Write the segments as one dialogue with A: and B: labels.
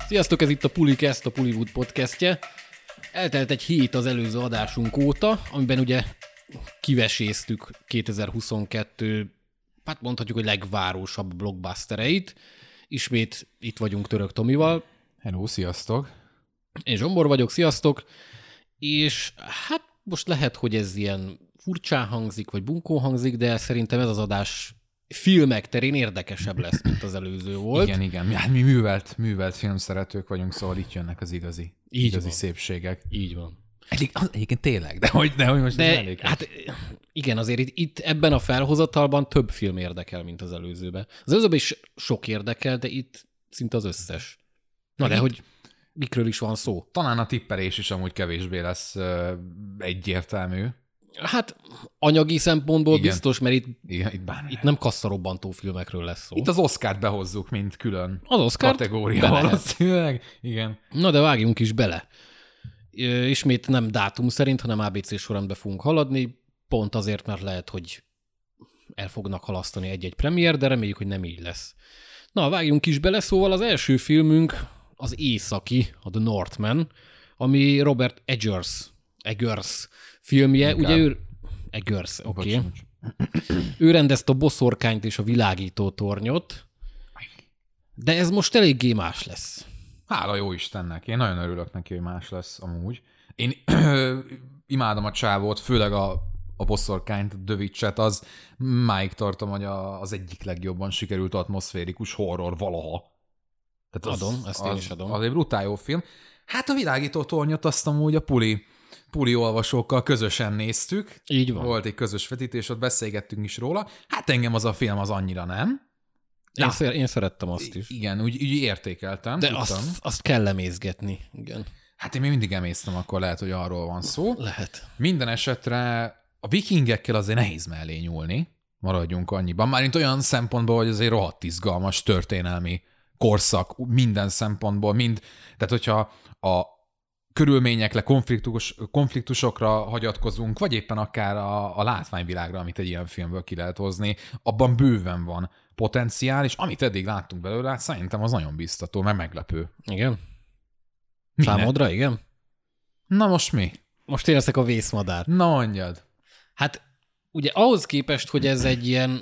A: Sziasztok, ez itt a Pulicast, a Pullywood podcastje. Eltelt egy hét az előző adásunk óta, amiben ugye kiveséztük 2022, hát mondhatjuk, hogy legvárósabb blockbustereit. Ismét itt vagyunk Török Tomival.
B: Hello, sziasztok!
A: Én Zsombor vagyok, sziasztok! És hát most lehet, hogy ez ilyen furcsán hangzik, vagy bunkó hangzik, de szerintem ez az adás filmek terén érdekesebb lesz, mint az előző volt.
B: Igen. Hát mi művelt filmszeretők vagyunk, szóval itt jönnek az igazi szépségek.
A: Így van.
B: Egyébként tényleg, de hogy most ez elég.
A: Hát igen, azért itt ebben a felhozatalban több film érdekel, mint az előzőben. Az előzőben is sok érdekel, de itt szinte az összes. Na de hogy mikről is van szó?
B: Talán a tippelés is amúgy kevésbé lesz egyértelmű.
A: Hát anyagi szempontból
B: igen.
A: Biztos, mert
B: itt
A: nem kasszarobbantó filmekről lesz szó.
B: Itt az Oscart behozzuk, mint külön
A: az Oscart
B: kategória valószínűleg. Igen.
A: Na de vágjunk is bele. Ismét nem dátum szerint, hanem ABC sorrendbe fogunk haladni, pont azért, mert lehet, hogy el fognak halasztani egy-egy premier, de reméljük, hogy nem így lesz. Na, vágjunk is bele, szóval az első filmünk az Északi, a The Northman, ami Robert Eggers filmje. Inkább. Ugye ő... Eggers, oké. Okay. Ő rendezte a Boszorkányt és a Világító tornyot, de ez most eléggé más lesz.
B: Hála jó Istennek, én nagyon örülök neki, hogy más lesz amúgy. Én imádom a csávót, főleg a Boszorkányt, The Witch-et, az máig tartom, hogy az egyik legjobban sikerült atmoszférikus horror valaha. Tehát
A: ezt én is adom.
B: Az egy brutál jó film. Hát a Világító tornyot azt amúgy a puli olvasókkal közösen néztük.
A: Így van.
B: Volt egy közös vetítés, ott beszélgettünk is róla. Hát engem az a film az annyira nem.
A: Én szerettem azt is.
B: Igen, úgy értékeltem.
A: De azt kell emészgetni, igen.
B: Hát én még mindig emésztem, akkor lehet, hogy arról van szó.
A: Lehet.
B: Minden esetre a vikingekkel azért nehéz mellé nyúlni. Maradjunk annyiban. Mármint olyan szempontból, hogy azért rohadt izgalmas történelmi korszak minden szempontból. Tehát hogyha a körülményekre, konfliktusokra hagyatkozunk, vagy éppen akár a látványvilágra, amit egy ilyen filmből ki lehet hozni, abban bőven van potenciál, és amit eddig láttunk belőle, hát szerintem az nagyon biztató, mert meglepő.
A: Igen? Számodra, igen?
B: Na most mi?
A: Most éreztek a vészmadár.
B: Na mondjad.
A: Hát ugye ahhoz képest, hogy ez egy ilyen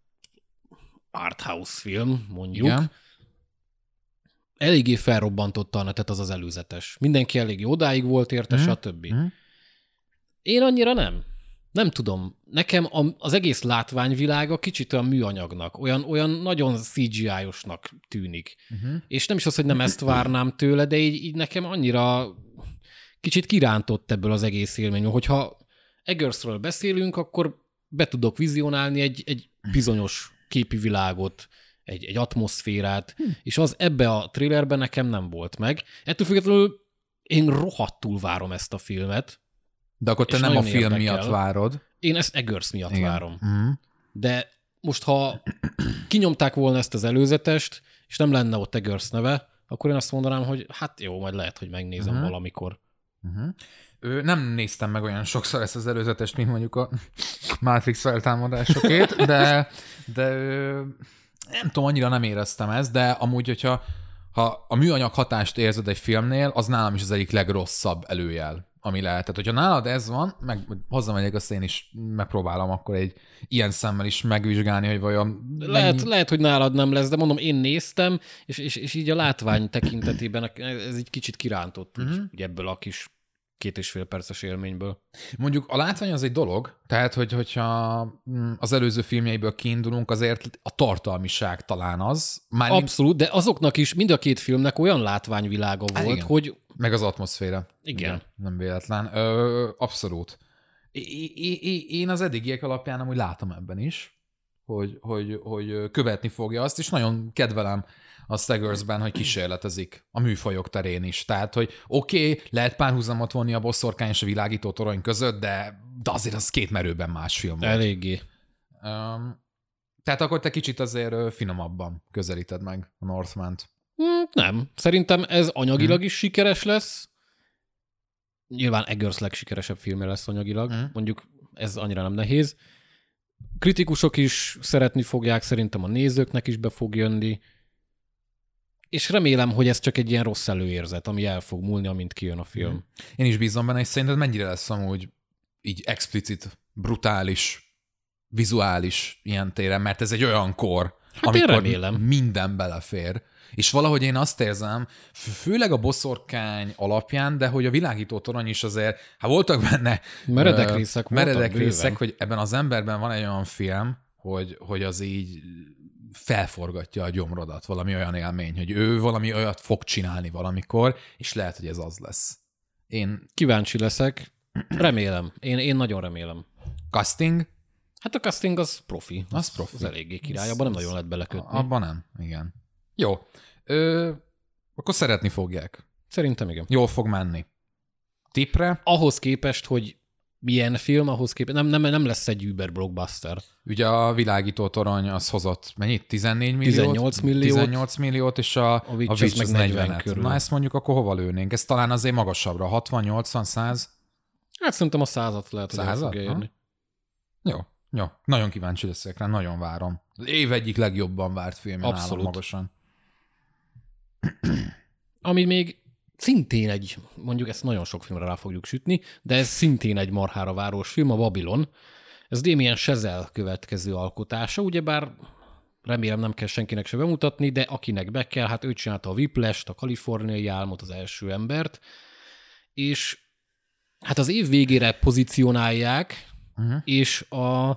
A: arthouse film, mondjuk, igen. Eléggé felrobbantotta a netet az előzetes. Mindenki elég odáig volt érte, stb. Én annyira nem. Nem tudom. Nekem az egész látványvilága kicsit olyan műanyagnak, olyan nagyon CGI-osnak tűnik. És nem is az, hogy nem ezt várnám tőle, de így nekem annyira kicsit kirántott ebből az egész élményből. Hogyha Eggersről beszélünk, akkor be tudok vizionálni egy bizonyos képi világot, egy atmoszférát, és az ebbe a trailerben nekem nem volt meg. Ettől függetlenül én rohadtul várom ezt a filmet.
B: De akkor te nem a film miatt várod.
A: Én ezt Eggers miatt várom. De most, ha kinyomták volna ezt az előzetest, és nem lenne ott Eggers neve, akkor én azt mondanám, hogy hát jó, majd lehet, hogy megnézem valamikor.
B: Nem néztem meg olyan sokszor ezt az előzetest, mint mondjuk a Matrix feltámadásokét, de nem tudom, annyira nem éreztem ezt, de amúgy, hogyha a műanyag hatást érzed egy filmnél, az nálam is az egyik legrosszabb előjel, ami lehet. Tehát, hogyha nálad ez van, meg hozzamegyek, azt én is megpróbálom akkor egy ilyen szemmel is megvizsgálni, hogy vajon...
A: Lehet, hogy nálad nem lesz, de mondom, én néztem, és így a látvány tekintetében ez egy kicsit kirántott úgy ebből a kis 2,5 perces élményből.
B: Mondjuk a látvány az egy dolog, tehát hogyha az előző filmjeiből kiindulunk, azért a tartalmiság talán az.
A: Abszolút, de azoknak is mind a két filmnek olyan látványvilága volt,
B: igen.
A: hogy...
B: Meg az atmoszféra.
A: Igen.
B: Nem véletlen. Abszolút. Én az eddigiek alapján amúgy látom ebben is, hogy követni fogja azt, és nagyon kedvelem a Eggersben, hogy kísérletezik a műfajok terén is. Tehát, hogy oké, lehet párhuzamot vonni a Boszorkány és a Világító torony között, de azért az két merőben más film volt.
A: Eléggé.
B: Tehát akkor te kicsit azért finomabban közelíted meg a Northman-t.
A: Nem. Szerintem ez anyagilag is sikeres lesz. Nyilván Eggers legsikeresebb filmje lesz anyagilag. Mondjuk ez annyira nem nehéz. Kritikusok is szeretni fogják, szerintem a nézőknek is be fog jönni. És remélem, hogy ez csak egy ilyen rossz előérzet, ami el fog múlni, amint kijön a film.
B: Én is bízom benne, és szerinted mennyire lesz amúgy így explicit, brutális, vizuális ilyen téren, mert ez egy olyan kor, amikor minden belefér. És valahogy én azt érzem, főleg a boszorkány alapján, de hogy a világító torony is azért, voltak benne
A: meredek
B: részek, hogy ebben az emberben van egy olyan film, hogy az így felforgatja a gyomrodat, valami olyan élmény, hogy ő valami olyat fog csinálni valamikor, és lehet, hogy ez az lesz. Én
A: kíváncsi leszek. Remélem. Én nagyon remélem.
B: Casting?
A: Hát a casting az profi.
B: Az profi.
A: Az eléggé király. Abban nem nagyon lehet belekötni.
B: Abban nem, igen. Jó. Akkor szeretni fogják.
A: Szerintem igen.
B: Jól fog menni. Tipre?
A: Ahhoz képest, hogy milyen film, ahhoz képest nem lesz egy Uber blockbuster.
B: Ugye a világító torony az hozott mennyit? 14 milliót?
A: 18
B: milliót, és a Witch meg 40 körül. Na ezt mondjuk akkor hova lőnénk? Ez talán azért magasabbra. 60, 80, 100?
A: Hát szerintem a 100-at lehet, hogy el fogja érni.
B: Jó. Nagyon kíváncsi leszek rá, nagyon várom. Az év egyik legjobban várt filmje nálam magasan.
A: Ami még szintén mondjuk ezt nagyon sok filmre rá fogjuk sütni, de ez szintén egy marhára város film, a Babylon. Ez Damien Chazelle következő alkotása, ugyebár remélem nem kell senkinek se bemutatni, de akinek be kell, hát ő csinálta a Whiplash-t, a Kaliforniai álmot, az első embert, és hát az év végére pozícionálják, és a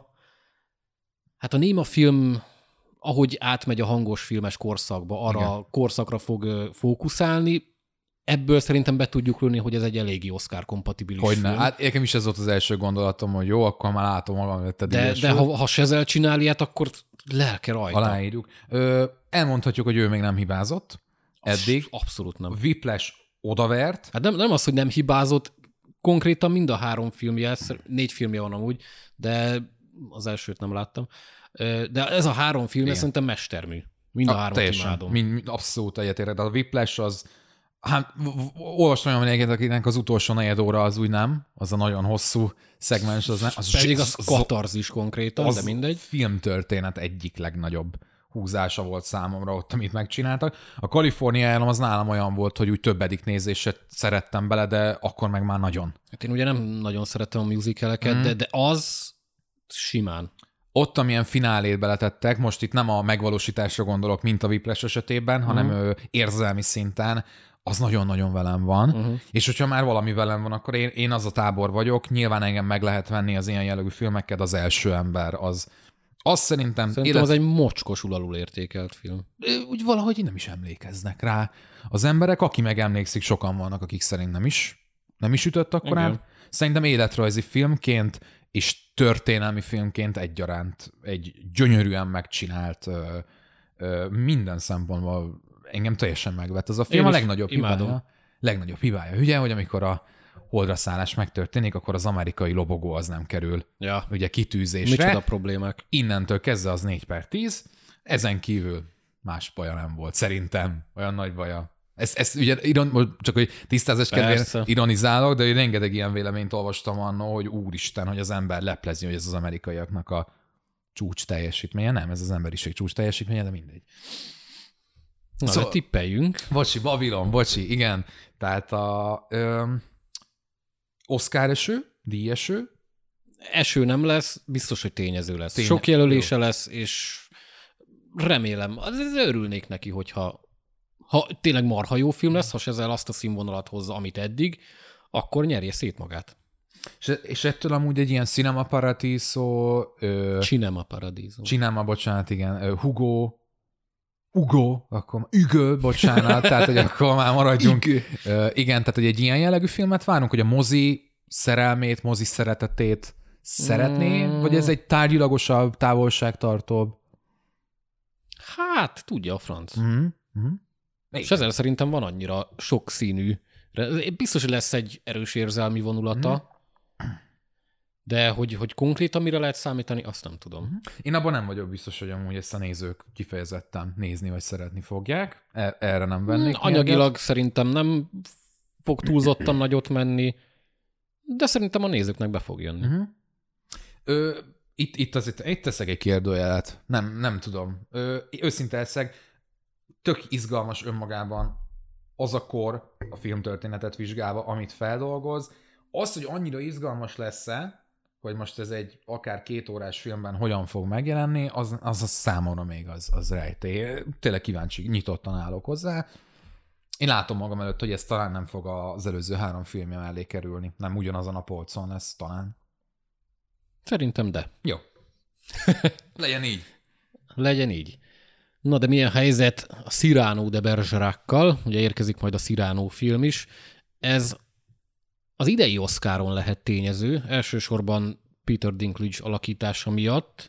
A: néma film, ahogy átmegy a hangos filmes korszakba, arra a korszakra fog fókuszálni. Ebből szerintem be tudjuk lőni, hogy ez egy eléggé Oscar-kompatibilis film.
B: Hát nekem is ez volt az első gondolatom, hogy jó, akkor már látom magam, hogy te
A: de ha Chazelle csinál ilyet, akkor lelke rajta.
B: Aláírjuk. Elmondhatjuk, hogy ő még nem hibázott eddig.
A: Abszolút nem.
B: Whiplash odavert.
A: Hát nem az, hogy nem hibázott, konkrétan mind a 3 filmje, 4 filmje van amúgy, de az elsőt nem láttam. De ez a 3 film szerintem mestermű. Mind a 3-at imádom.
B: Abszolút egyetértek. De a Whiplash az, hát olvastam olyan egyébként, akinek az utolsó negyed óra az úgy nem, az a nagyon hosszú szegmens, az nem.
A: Pedig az katarzis konkrétan, de mindegy.
B: Filmtörténet egyik legnagyobb húzása volt számomra ott, amit megcsináltak. A Kaliforniai álom az nálam olyan volt, hogy úgy többedik nézésre szerettem bele, de akkor meg már nagyon. Hát
A: én ugye nem nagyon szerettem a musicaleket, de az simán.
B: Ott, amilyen finálét beletettek, most itt nem a megvalósításra gondolok, mint a Whiplash esetében, hanem érzelmi szinten, az nagyon-nagyon velem van. És hogyha már valami velem van, akkor én az a tábor vagyok. Nyilván engem meg lehet venni az ilyen jellegű filmeket, az első ember, az szerintem
A: az egy mocskosul alul értékelt film.
B: Úgy valahogy nem is emlékeznek rá. Az emberek, aki megemlékszik, sokan vannak, akik szerint nem is ütött akkorát. Szerintem életrajzi filmként és történelmi filmként egyaránt egy gyönyörűen megcsinált minden szempontból engem teljesen megvett. Az a film a legnagyobb hibája. Legnagyobb hibája. Ugye, hogy amikor a holdra szállás megtörténik, akkor az amerikai lobogó az nem kerül ugye kitűzésre.
A: Micsoda problémák.
B: Innentől kezdve az 4/10. Ezen kívül más baja nem volt. Szerintem olyan nagy baja. Ez ugye csak hogy tisztázás kedvéért ironizálok, de rengeteg ilyen véleményt olvastam annól, hogy úristen, hogy az ember leplezi, hogy ez az amerikaiaknak a csúcs teljesítménye. Nem, ez az emberiség csúcs teljesítménye, de mindegy.
A: Na, szóval, tippeljünk.
B: Babylon, igen. Tehát a Oscar eső, díjeső.
A: Eső nem lesz, biztos, hogy tényező lesz. Sok jelölése lesz, és remélem, örülnék neki, hogyha tényleg marha jó film lesz, ha ezzel azt a színvonalat hozza, amit eddig, akkor nyerje szét magát.
B: És ettől amúgy egy ilyen Cinema Paradiso...
A: Cinema,
B: bocsánat, igen. Ügö, bocsánat, tehát hogy akkor már maradjunk. Igen, tehát hogy egy ilyen jellegű filmet várunk, hogy a mozi szerelmét, mozi szeretetét szeretné, vagy ez egy tárgyilagosabb, távolságtartóbb?
A: Hát, tudja a franc. És ezzel szerintem van annyira sokszínű. Biztos, hogy lesz egy erős érzelmi vonulata, de hogy konkrétan mire lehet számítani, azt nem tudom.
B: Én abban nem vagyok biztos, hogy amúgy ezt a nézők kifejezetten nézni vagy szeretni fogják. Erre nem vennék.
A: Anyagilag szerintem nem fog túlzottan nagyot menni, de szerintem a nézőknek be fog jönni.
B: Itt teszek egy kérdőjelet. Nem tudom. Őszinte leszek. tök izgalmas önmagában az a kor, a filmtörténetet vizsgálva, amit feldolgoz. Az, hogy annyira izgalmas lesz-e, hogy most ez egy akár 2 órás filmben hogyan fog megjelenni, az számomra még az rejtély. Tényleg kíváncsi, nyitottan állok hozzá. Én látom magam előtt, hogy ez talán nem fog az előző 3 filmje mellé kerülni. Nem ugyanazon a polcon lesz talán.
A: Szerintem de.
B: Jó. Legyen így.
A: Legyen így. Na de milyen helyzet a Cyrano de Bergerac-kal? Ugye érkezik majd a Cyrano film is. Ez az idei Oscaron lehet tényező, elsősorban Peter Dinklage alakítása miatt.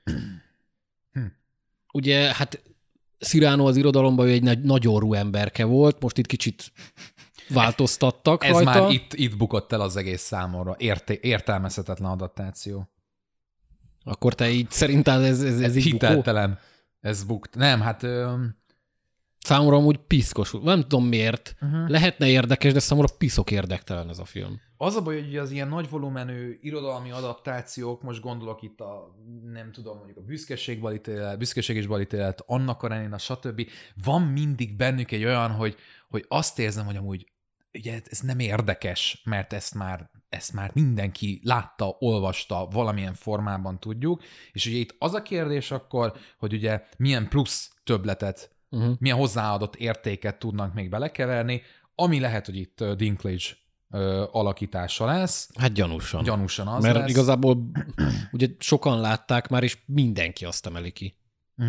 A: Ugye, hát Cyrano az irodalomban ő egy nagy orrú emberke volt, most itt kicsit változtattak
B: ez
A: rajta.
B: Már itt bukott el az egész számomra. Értelmezhetetlen adaptáció.
A: Akkor te így szerinted ez így
B: hiteltelen.
A: Bukó?
B: Ez bukt. Nem, hát...
A: Számomra amúgy piszkos. Nem tudom miért. Lehetne érdekes, de számomra piszok érdektelen ez a film.
B: Az a baj, hogy az ilyen nagy volumenű irodalmi adaptációk, most gondolok itt a, nem tudom, mondjuk a Büszkeség és balítélet, Anna Karenina, stb. Van mindig bennük egy olyan, hogy azt érzem, hogy amúgy ugye ez nem érdekes, mert ezt már mindenki látta, olvasta, valamilyen formában tudjuk, és ugye itt az a kérdés akkor, hogy ugye milyen plusz többletet, milyen hozzáadott értéket tudnak még belekeverni, ami lehet, hogy itt Dinklage alakítása lesz.
A: Hát gyanúsan.
B: Gyanúsan az
A: mert
B: lesz.
A: igazából ugye sokan látták már, és mindenki azt emeli ki.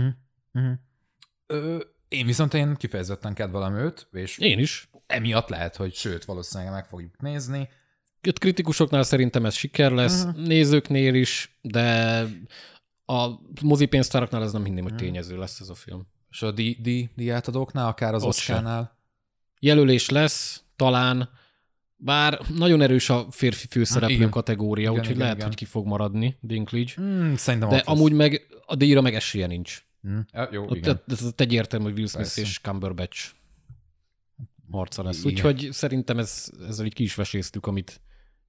B: Én viszont kifejezetten kedvelem őt, és
A: én is.
B: Emiatt lehet, hogy sőt, valószínűleg meg fogjuk nézni.
A: Itt kritikusoknál szerintem ez siker lesz, nézőknél is, de a mozipénztáraknál ez nem hinném, hogy tényező lesz ez a film.
B: És a díjátadóknál, akár az Oscarnál?
A: Jelölés lesz, talán, bár nagyon erős a férfi főszereplő kategória, úgyhogy lehet, hogy ki fog maradni Dinklage.
B: Szerintem
A: de amúgy meg a díjra meg esélye nincs.
B: Jó,
A: ez egyértelmű, hogy Will Smith és Cumberbatch harca lesz. Úgyhogy szerintem ezzel így ki is veséztük, amit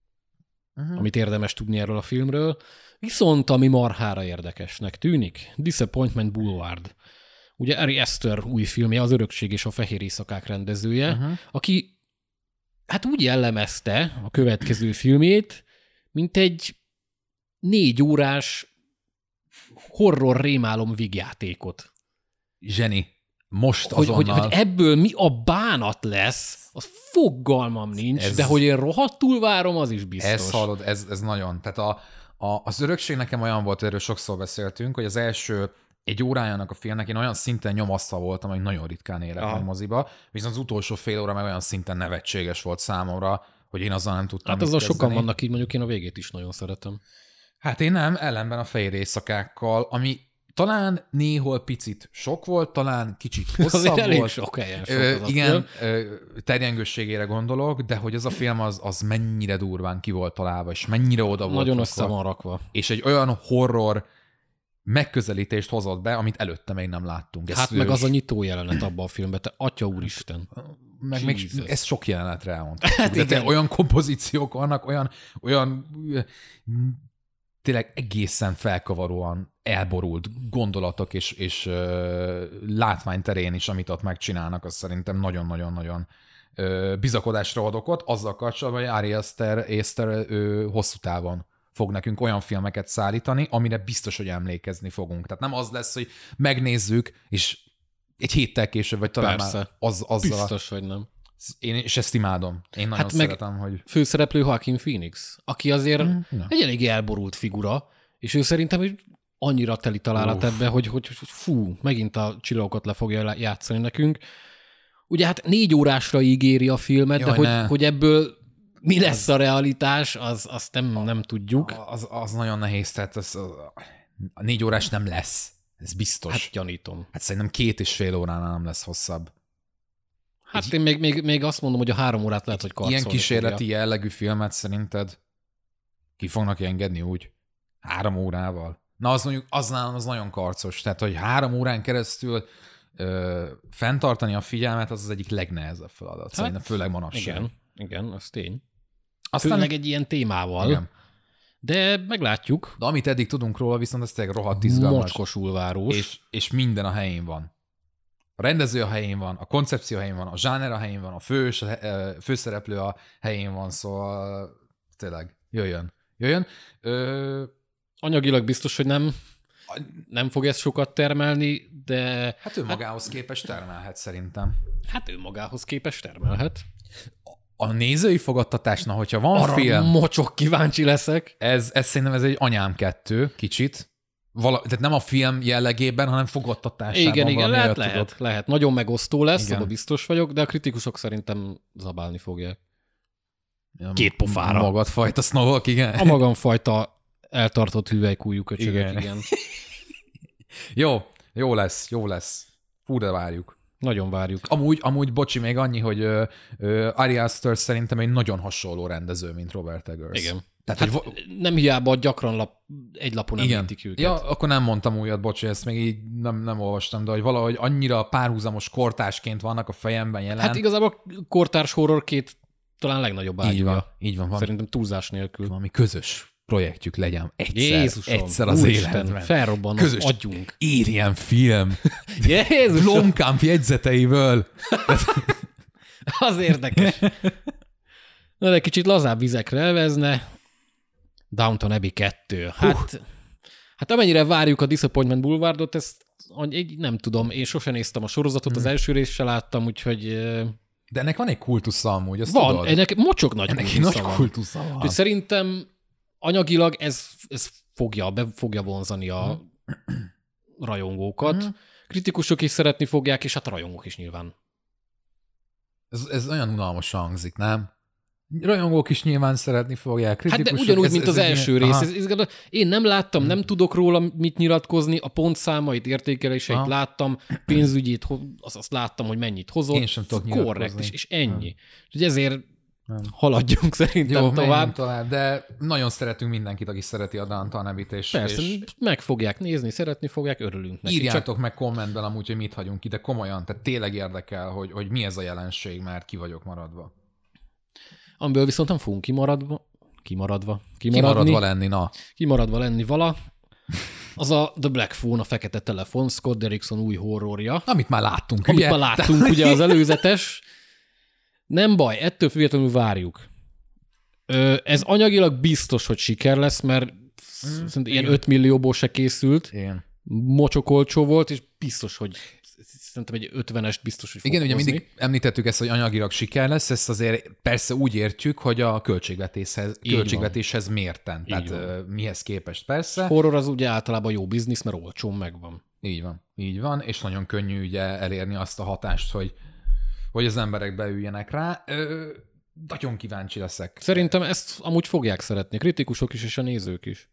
A: érdemes tudni erről a filmről. Viszont ami marhára érdekesnek tűnik, Disappointment Boulevard. Ugye Ari Aster új filmje, az Örökség és a Fehér Éjszakák rendezője, aki hát úgy jellemezte a következő filmét, mint egy 4 órás horror rémálom vígjátékot.
B: Zseni. Most azonnal.
A: Hogy ebből mi a bánat lesz, az fogalmam nincs, de hogy én rohadtul várom, az is biztos.
B: Ez hallod, ez nagyon. Tehát az Örökség nekem olyan volt, erről sokszor beszéltünk, hogy az első 1 órájának a filmnek én olyan szinten nyomasztva voltam, hogy nagyon ritkán élek meg moziba, viszont az utolsó fél óra meg olyan szinten nevetséges volt számomra, hogy én azzal nem tudtam
A: Hát azzal sokan vannak így, mondjuk én a végét is nagyon szeretem.
B: Hát én nem, ellenben a Fehér Éjszakákkal, ami talán néhol picit sok volt, talán kicsit hosszabb volt.
A: Elég sok helyen sok
B: igen, terjengőségére gondolok, de hogy az a film az mennyire durván ki volt találva, és mennyire oda volt.
A: Nagyon össze van rakva.
B: És egy olyan horror megközelítést hozott be, amit előtte még nem láttunk.
A: Hát meg az a nyitó jelenet abban a filmben, te atya úristen.
B: Meg még ez sok jelenetre elmondhatjuk. Hát de olyan kompozíciók vannak, olyan tényleg egészen felkavaróan elborult gondolatok és látványterén is, amit ott megcsinálnak, az szerintem nagyon-nagyon-nagyon bizakodásra ad okot, azzal kapcsolatban, hogy Ari Aster hosszú távon fog nekünk olyan filmeket szállítani, amire biztos, hogy emlékezni fogunk. Tehát nem az lesz, hogy megnézzük, és egy héttel később, vagy talán
A: persze.
B: Már azzal...
A: Biztos, hogy nem.
B: És ezt imádom. Én nagyon szeretem, hogy...
A: Főszereplő Joaquin Phoenix, aki azért egy elég elborult figura, és ő szerintem egy annyira teli találat ebbe, hogy fú, megint a csillagokat le fogja játszani nekünk. Ugye hát 4 órásra ígéri a filmet, jaj, de hogy ebből mi lesz a realitás, azt nem tudjuk.
B: Az nagyon nehéz, tehát a 4 órás nem lesz. Ez biztos.
A: Hát gyanítom.
B: Hát szerintem 2,5 óránál nem lesz hosszabb.
A: Hát én még azt mondom, hogy a 3 órát lehet, hogy karcolni.
B: Ilyen kísérleti jellegű filmet szerinted ki fognak engedni úgy? 3 órával? Na, az mondjuk az nagyon karcos. Tehát, hogy 3 órán keresztül fenntartani a figyelmet, az egyik legnehezebb feladat. Hát, szerintem főleg manapság.
A: Igen, az tény.
B: Aztán
A: főleg egy ilyen témával. Igen. De meglátjuk.
B: De amit eddig tudunk róla, viszont ez tényleg rohadt izgalmas.
A: Mocskosul város.
B: És minden a helyén van. A rendező a helyén van, a koncepció a helyén van, a zsáner a helyén van, a főszereplő a helyén van, szóval tényleg jöjjön.
A: Anyagilag biztos, hogy nem fog ez sokat termelni, de...
B: Hát ő magához képest termelhet szerintem.
A: Hát ő magához képest termelhet.
B: A nézői fogadtatásna, hogyha van
A: arra
B: film...
A: mocsok kíváncsi leszek.
B: Ez szerintem ez egy anyám 2, kicsit. Tehát nem a film jellegében, hanem fogadtatásában.
A: Igen, lehet. Nagyon megosztó lesz, abban biztos vagyok, de a kritikusok szerintem zabálni fogják. Két pofára.
B: Magadfajta sznobok, igen.
A: A magamfajta eltartott hüvelykújjú köcsögök, igen.
B: Jó lesz. Fú, de várjuk.
A: Nagyon várjuk.
B: Amúgy bocsi, még annyi, hogy Ari Aster szerintem egy nagyon hasonló rendező, mint Robert Eggers.
A: Igen. Tehát, nem hiába gyakran egy lapon említik őket.
B: Ja, akkor nem mondtam újat, bocsi, ezt még így nem olvastam, de hogy valahogy annyira párhuzamos kortársként vannak a fejemben jelen.
A: Hát igazából kortárs horror talán legnagyobb ágyúja.
B: Így van.
A: Szerintem túlzás nélkül.
B: Valami közös projektjük legyen egyszer az
A: Úristen,
B: életben.
A: felrobban
B: közös
A: agyunk.
B: Alien film.
A: Jézusom!
B: Blomkamp jegyzeteiből.
A: Az érdekes. Na, de kicsit lazább vizekre elvezne. Downton Abbey 2. Hát amennyire várjuk a Disappointment Boulevardot, ezt nem tudom. Én sosem néztem a sorozatot, az első részt se láttam, úgyhogy...
B: De ennek van egy kultusza amúgy, azt
A: van,
B: tudod?
A: ennek mocsok nagy
B: kultusza van.
A: Úgyhogy szerintem anyagilag ez fogja vonzani a rajongókat. Kritikusok is szeretni fogják, és hát a rajongók is nyilván.
B: Ez olyan unalmasan hangzik, nem? Rajongók is nyilván szeretni fogják. Kritikusok,
A: hát de ugyanúgy, mint az első rész. Én nem láttam, nem tudok róla mit nyilatkozni, a pontszámait, értékeléseit láttam, pénzügyét, azt láttam, hogy mennyit hozott.
B: Én sem tudok
A: korrekt, és ennyi. Úgyhogy ezért haladjunk szerintem tovább.
B: De nagyon szeretünk mindenkit, aki szereti a Downton Abbey-t.
A: Persze, meg fogják nézni, szeretni fogják, örülünk neki.
B: Írjátok meg kommentben amúgy, hogy mit hagyunk ide komolyan, tehát tényleg érdekel, hogy mi ez a jelenség, mert ki vagyok maradva.
A: Amiből viszont nem fogunk kimaradva lenni vala. Az a The Black Phone, a Fekete Telefon, Scott Derrickson új horrorja.
B: Amit már láttunk,
A: ugye az előzetes. Nem baj, ettől függetlenül várjuk. Ez anyagilag biztos, hogy siker lesz, mert ilyen 5 millióból se készült.
B: Igen.
A: Mocsok olcsó volt, és biztos, hogy szerintem egy 50-est biztos, hogy fog
B: igen, ugye
A: hozni.
B: mindig említettük ezt, hogy anyagilag siker lesz, ezt azért persze úgy értjük, hogy a költségvetéshez mérten. Tehát mihez képest persze.
A: Horror az ugye általában jó biznisz, mert olcsón megvan.
B: Így van, és nagyon könnyű ugye elérni azt a hatást, hogy az emberek beüljenek rá. Nagyon kíváncsi leszek.
A: Szerintem ezt amúgy fogják szeretni, kritikusok is, és a nézők is.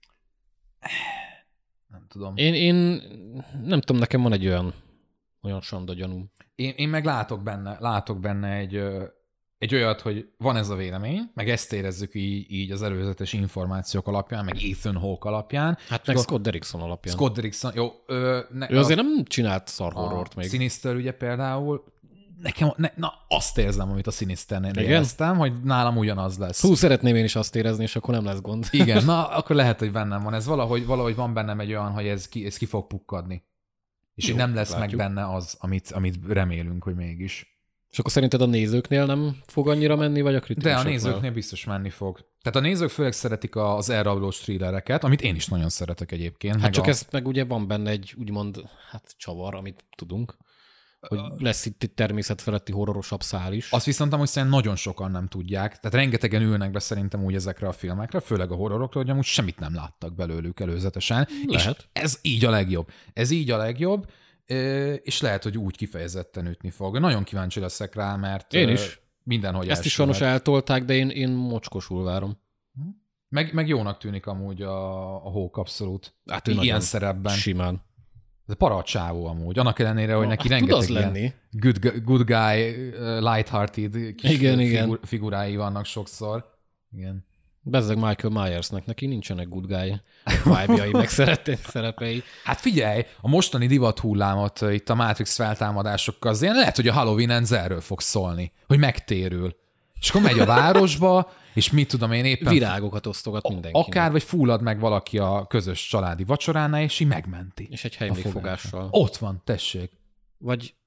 B: Nem tudom.
A: Én nem tudom, nekem van egy olyan sanda gyanúm.
B: Én meg látok benne egy olyat, hogy van ez a vélemény, meg ezt érezzük így az előzetes információk alapján, meg Ethan Hawke alapján.
A: Hát meg Scott Derrickson alapján.
B: Scott Derrickson, jó.
A: Ő azért nem csinált szarhorrort még.
B: Sinister ugye például, azt érzem, amit a Sinisternél éreztem, hogy nálam ugyanaz lesz.
A: Szeretném én is azt érezni, és akkor nem lesz gond.
B: Igen, akkor lehet, hogy bennem van. Ez valahogy van bennem egy olyan, hogy ez ki fog pukkadni. És így nem lesz látjuk. Meg benne az, amit remélünk, hogy mégis.
A: És akkor szerinted a nézőknél nem fog annyira menni, vagy a kritikusoknál?
B: De a nézőknél biztos menni fog. Tehát a nézők főleg szeretik az elrablós thrillereket, amit én is nagyon szeretek egyébként.
A: Hát csak ez meg ugye van benne egy úgymond csavar, amit tudunk, hogy lesz itt egy természetfeletti horrorosabb szál is.
B: Azt viszont amúgy szerintem nagyon sokan nem tudják. Tehát rengetegen ülnek be szerintem úgy ezekre a filmekre, főleg a horrorokra, hogy amúgy semmit nem láttak belőlük előzetesen.
A: Lehet.
B: És ez így a legjobb. És lehet, hogy úgy kifejezetten ütni fog. Nagyon kíváncsi leszek rá, mert
A: én is.
B: Mindenhogy
A: ezt is sajnos eltolták, de én mocskosul várom.
B: Meg jónak tűnik amúgy a Hawke abszolút.
A: Hát
B: ilyen szerepben.
A: Simán.
B: Ez a para csávó amúgy. Annak ellenére, hogy neki rengeteg ilyen good guy, light-hearted kis figurái vannak sokszor. Igen.
A: Bezzeg Michael Myersnek, neki nincsenek good guy vibe-jai, meg szerepei.
B: Hát figyelj, a mostani divat hullámot itt a Matrix feltámadásokkal azért lehet, hogy a Halloween Ends erről fog szólni, hogy megtérül. És akkor megy a városba, és mit tudom én éppen...
A: Virágokat osztogat mindenkinek.
B: Akár, vagy fullad meg valaki a közös családi vacsoránál, és így megmenti.
A: És egy helymégfogással.
B: Ott van, tessék.
A: Vagy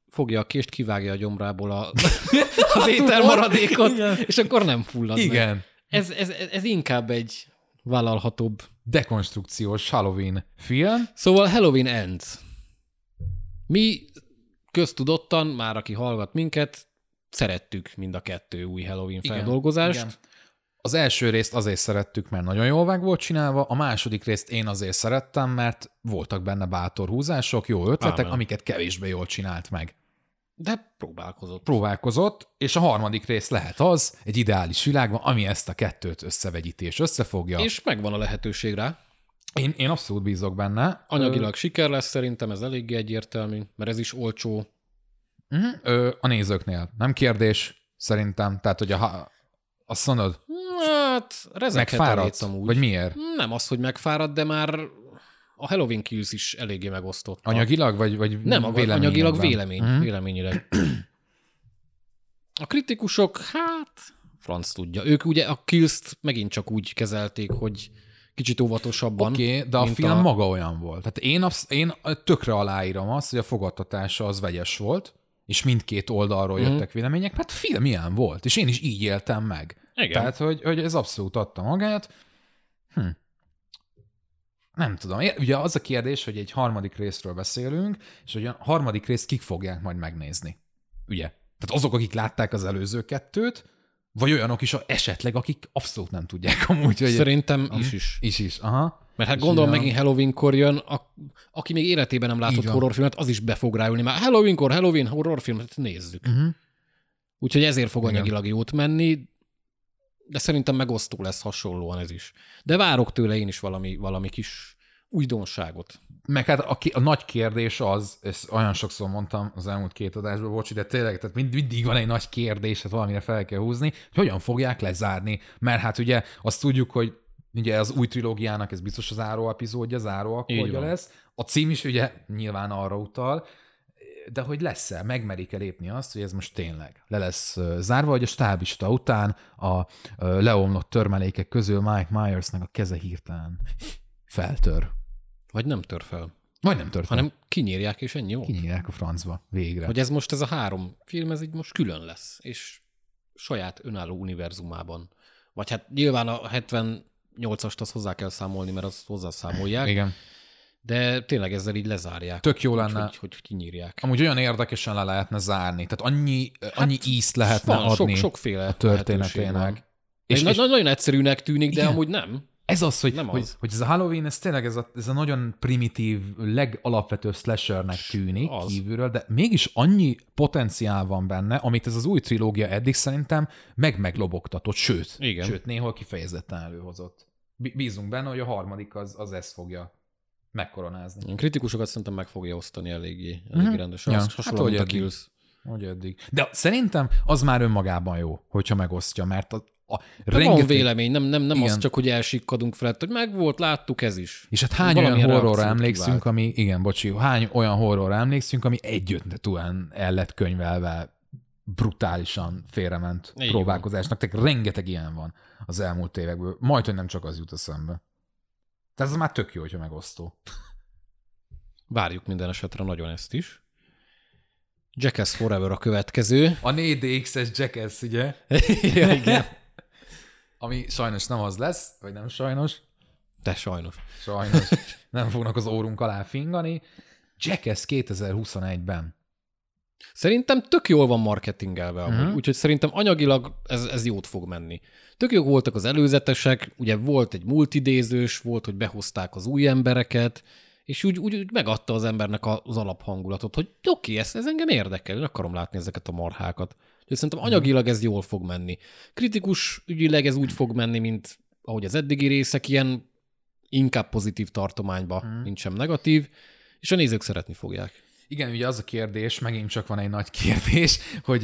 A: fogja a kést, kivágja a gyomrából az ételmaradékot, és akkor nem fullad
B: Igen.
A: meg. Ez inkább egy vállalhatóbb.
B: Dekonstrukciós Halloween film.
A: Szóval Halloween Ends. Mi köztudottan, már aki hallgat minket, szerettük mind a 2 új Halloween feldolgozást.
B: Igen. Az első részt azért szerettük, mert nagyon jól meg volt csinálva, a második részt én azért szerettem, mert voltak benne bátor húzások, jó ötletek, amiket kevésbé jól csinált meg.
A: De próbálkozott,
B: és a harmadik rész lehet az, egy ideális világban, ami ezt a 2-t összevegyíti és összefogja.
A: És megvan a lehetőség rá.
B: Én abszolút bízok benne.
A: Anyagilag siker lesz szerintem, ez eléggé egyértelmű, mert ez is olcsó.
B: A nézőknél. Nem kérdés, szerintem. Tehát, hogy azt mondod,
A: hát
B: megfáradt,
A: amúgy.
B: Vagy miért?
A: Nem az, hogy megfáradt, de már a Halloween Kills is eléggé megosztott.
B: Anyagilag, vagy
A: nem, anyagilag véleményileg. A kritikusok, hát, franc tudja. Ők ugye a Kills-t megint csak úgy kezelték, hogy kicsit óvatosabban.
B: Oké, de a film maga olyan volt. Tehát én tökre aláírom azt, hogy a fogadtatása az vegyes volt, és mindkét oldalról jöttek vélemények, mert a film ilyen volt, és én is így éltem meg.
A: Igen.
B: Tehát, hogy ez abszolút adta magát. Nem tudom. Ugye az a kérdés, hogy egy harmadik részről beszélünk, és hogy a harmadik részt kik fogják majd megnézni. Ugye? Tehát azok, akik látták az előző 2-t, vagy olyanok is esetleg, akik abszolút nem tudják amúgy. Hogy
A: szerintem
B: is. Aha.
A: Mert hát gondolom megint Halloweenkor jön, aki még életében nem látott horrorfilmet, az is be fog ráülni. Már Halloween horrorfilmet nézzük. Úgyhogy ezért fog anyagilag jót menni, de szerintem megosztó lesz hasonlóan ez is. De várok tőle én is valami kis újdonságot.
B: Meg hát a nagy kérdés az, ezt olyan sokszor mondtam az elmúlt 2 adásban, bocsi, de tényleg, tehát mindig van egy nagy kérdés, hát valamire fel kell húzni, hogy hogyan fogják lezárni. Mert hát ugye azt tudjuk, hogy ugye az új trilógiának ez biztos a záró epizódja, záró akkordja lesz. A cím is ugye nyilván arra utal, de hogy lesz-e, megmerik-e lépni azt, hogy ez most tényleg le lesz zárva, hogy a stábista után a leomlott törmelékek közül Mike Myersnek a keze hirtelen feltör.
A: Vagy nem tör fel.
B: Hanem
A: kinyírják, és ennyi volt.
B: Kinyírják a francba, végre.
A: Hogy ez most ez a 3 film, ez így most külön lesz, és saját önálló univerzumában. Vagy hát nyilván a 78-ast azt hozzá kell számolni, mert azt hozzászámolják.
B: Igen.
A: De tényleg ezzel így lezárják.
B: Tök jó lenne.
A: Hogy kinyírják.
B: Amúgy olyan érdekesen le lehetne zárni. Tehát annyi ízt lehetne adni
A: sokféle
B: a történetének.
A: És nagyon egyszerűnek tűnik, de amúgy nem.
B: Ez az, hogy ez a Halloween, ez tényleg ez a nagyon primitív, legalapvetőbb slashernek tűnik kívülről, de mégis annyi potenciál van benne, amit ez az új trilógia eddig szerintem meglobogtatott, sőt, néhol kifejezetten előhozott. Bízunk benne, hogy a harmadik az ezt fogja megkoronázni.
A: A kritikusokat szerintem meg fogja osztani eléggé rendesen.
B: Ja. Hasonló, mint a Kills. Hogy eddig. De szerintem az már önmagában jó, hogyha megosztja, mert
A: van vélemény, nem az csak, hogy elsikkadunk fel, hogy megvolt, láttuk, ez is.
B: És hát hány olyan horrorra emlékszünk, hány olyan horrorra emlékszünk, ami egyöttetően el lett könyvelve, brutálisan félrement próbálkozásnak. Tehát rengeteg ilyen van az elmúlt évekből. Majdhogy nem csak az jut eszembe. Tehát ez már tök jó, hogyha megosztó.
A: Várjuk minden esetre nagyon ezt is. Jackass Forever a következő.
B: A 4DX-es Jackass, ugye?
A: Ja, igen.
B: Ami sajnos nem az lesz, vagy nem sajnos.
A: De sajnos.
B: Sajnos. Nem fognak az órunk alá fingani. Jackass 2021-ben.
A: Szerintem tök jól van marketingelve amúgy, úgyhogy szerintem anyagilag ez jót fog menni. Tök jók voltak az előzetesek, ugye volt egy multidézős, volt, hogy behozták az új embereket, és úgy megadta az embernek az alaphangulatot, hogy oké, ez engem érdekel, én akarom látni ezeket a marhákat. Úgyhogy szerintem anyagilag ez jól fog menni. Kritikus ügyileg ez úgy fog menni, mint ahogy az eddigi részek, ilyen inkább pozitív tartományba, mint sem negatív, és a nézők szeretni fogják.
B: Igen, ugye az a kérdés, megint csak van egy nagy kérdés, hogy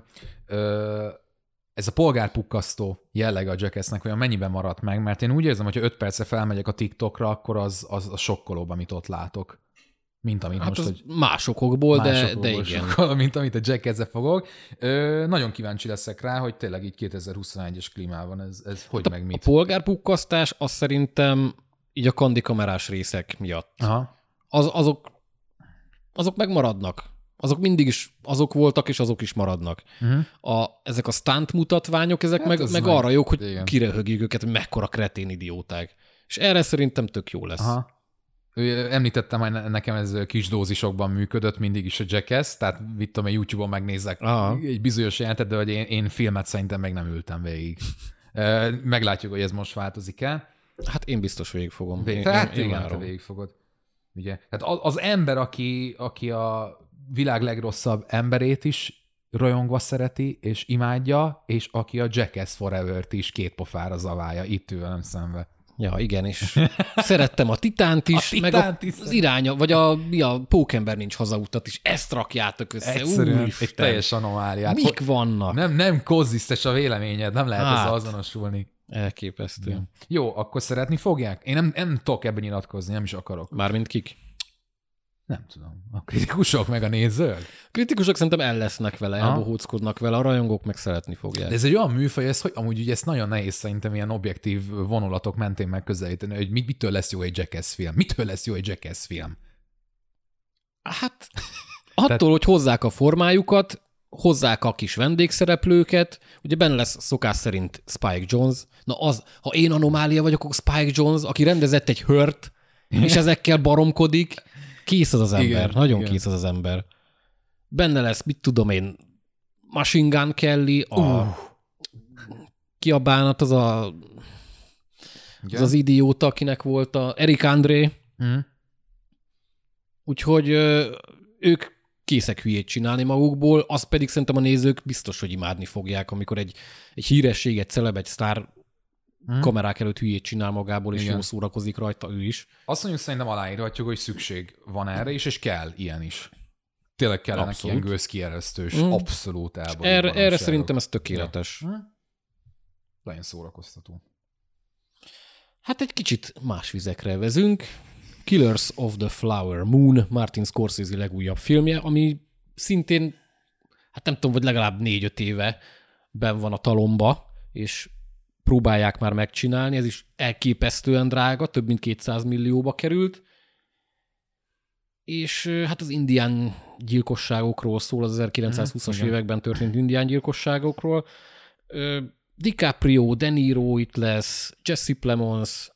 B: ez a polgárpukkasztó jelleg a Jackassnek olyan mennyiben maradt meg, mert én úgy érzem, hogy ha 5 perce felmegyek a TikTokra, akkor az sokkolóbb, amit ott látok. Mint amit
A: hát
B: most...
A: Más okokból, de igen.
B: Sokkal, mint amit a Jackass-e fogok. Nagyon kíváncsi leszek rá, hogy tényleg így 2021-es klímában ez hogy meg mit.
A: A polgárpukkasztás az szerintem így a kandikamerás részek miatt.
B: Aha.
A: Azok megmaradnak. azok mindig is azok voltak, és azok is maradnak. Ezek a stunt mutatványok, ezek hát meg arra jók, hogy igen. Kiröhögjük őket, hogy mekkora kretén idióták. És erre szerintem tök jó lesz.
B: Aha. Említettem, hogy nekem ez kis dózisokban működött mindig is a Jackass, tehát vittem, a YouTube-on megnézek egy bizonyos jelentet, de hogy én filmet szerintem meg nem ültem végig. Meglátjuk, hogy ez most változik el.
A: Hát én biztos végig fogom.
B: Tehát igen, te végig fogod. Ugye? Tehát az ember, aki a világ legrosszabb emberét is rajongva szereti, és imádja, és aki a Jackass Forever-t is két pofára zaválja, itt ül velem szembe.
A: Ja, igen, és szerettem a Titánt is, meg az iránya, vagy a Pókember nincs hazautat is, ezt rakjátok össze.
B: Egyszerűen egy teljes anomáliát.
A: Mik vannak?
B: Nem konzisztes a véleményed, nem lehet ezzel azonosulni.
A: Elképesztő.
B: Ja. Jó, akkor szeretni fogják? Én nem tudok ebben nyilatkozni, nem is akarok.
A: Mármint kik?
B: Nem tudom. A kritikusok meg a nézők?
A: A kritikusok szerintem el lesznek vele, elbohóckodnak vele, a rajongók meg szeretni fogják.
B: De ez egy olyan műfaj, hogy amúgy ugye ezt nagyon nehéz szerintem ilyen objektív vonulatok mentén megközelíteni, hogy mitől lesz jó egy Jackass film? Mitől lesz jó egy Jackass film?
A: Hát attól, hogy hozzák a formájukat, hozzák a kis vendégszereplőket, ugye benne lesz szokás szerint Spike Jonze. Na az, ha én anomália vagyok, akkor Spike Jonze, aki rendezett egy Hurt, és ezekkel baromkodik, kész az ember. Igen, nagyon igen. Kész az ember. Benne lesz, mit tudom én, Machine Gun Kelly, ki a bánat, az idióta, akinek volt Eric André. Úgyhogy ők készek hülyét csinálni magukból, azt pedig szerintem a nézők biztos, hogy imádni fogják, amikor egy híresség, egy celeb, egy sztár kamerák előtt hülyét csinál magából, és jól szórakozik rajta ő is.
B: Azt mondjuk szerintem aláírhatjuk, hogy szükség van erre is, és kell ilyen is. Tényleg kellenek ilyen gőzkieresztős, abszolút elboruló.
A: Erre szerintem ez tökéletes.
B: Nagyon szórakoztató.
A: Hát egy kicsit más vizekre vezünk. Killers of the Flower Moon, Martin Scorsese legújabb filmje, ami szintén, hát nem tudom, vagy legalább 4-5 éve benn van a talomba, és próbálják már megcsinálni, ez is elképesztően drága, több mint 200 millióba került, és hát az indián gyilkosságokról szól, az 1920-as években történt indián gyilkosságokról. DiCaprio, De Niro itt lesz, Jesse Plemons,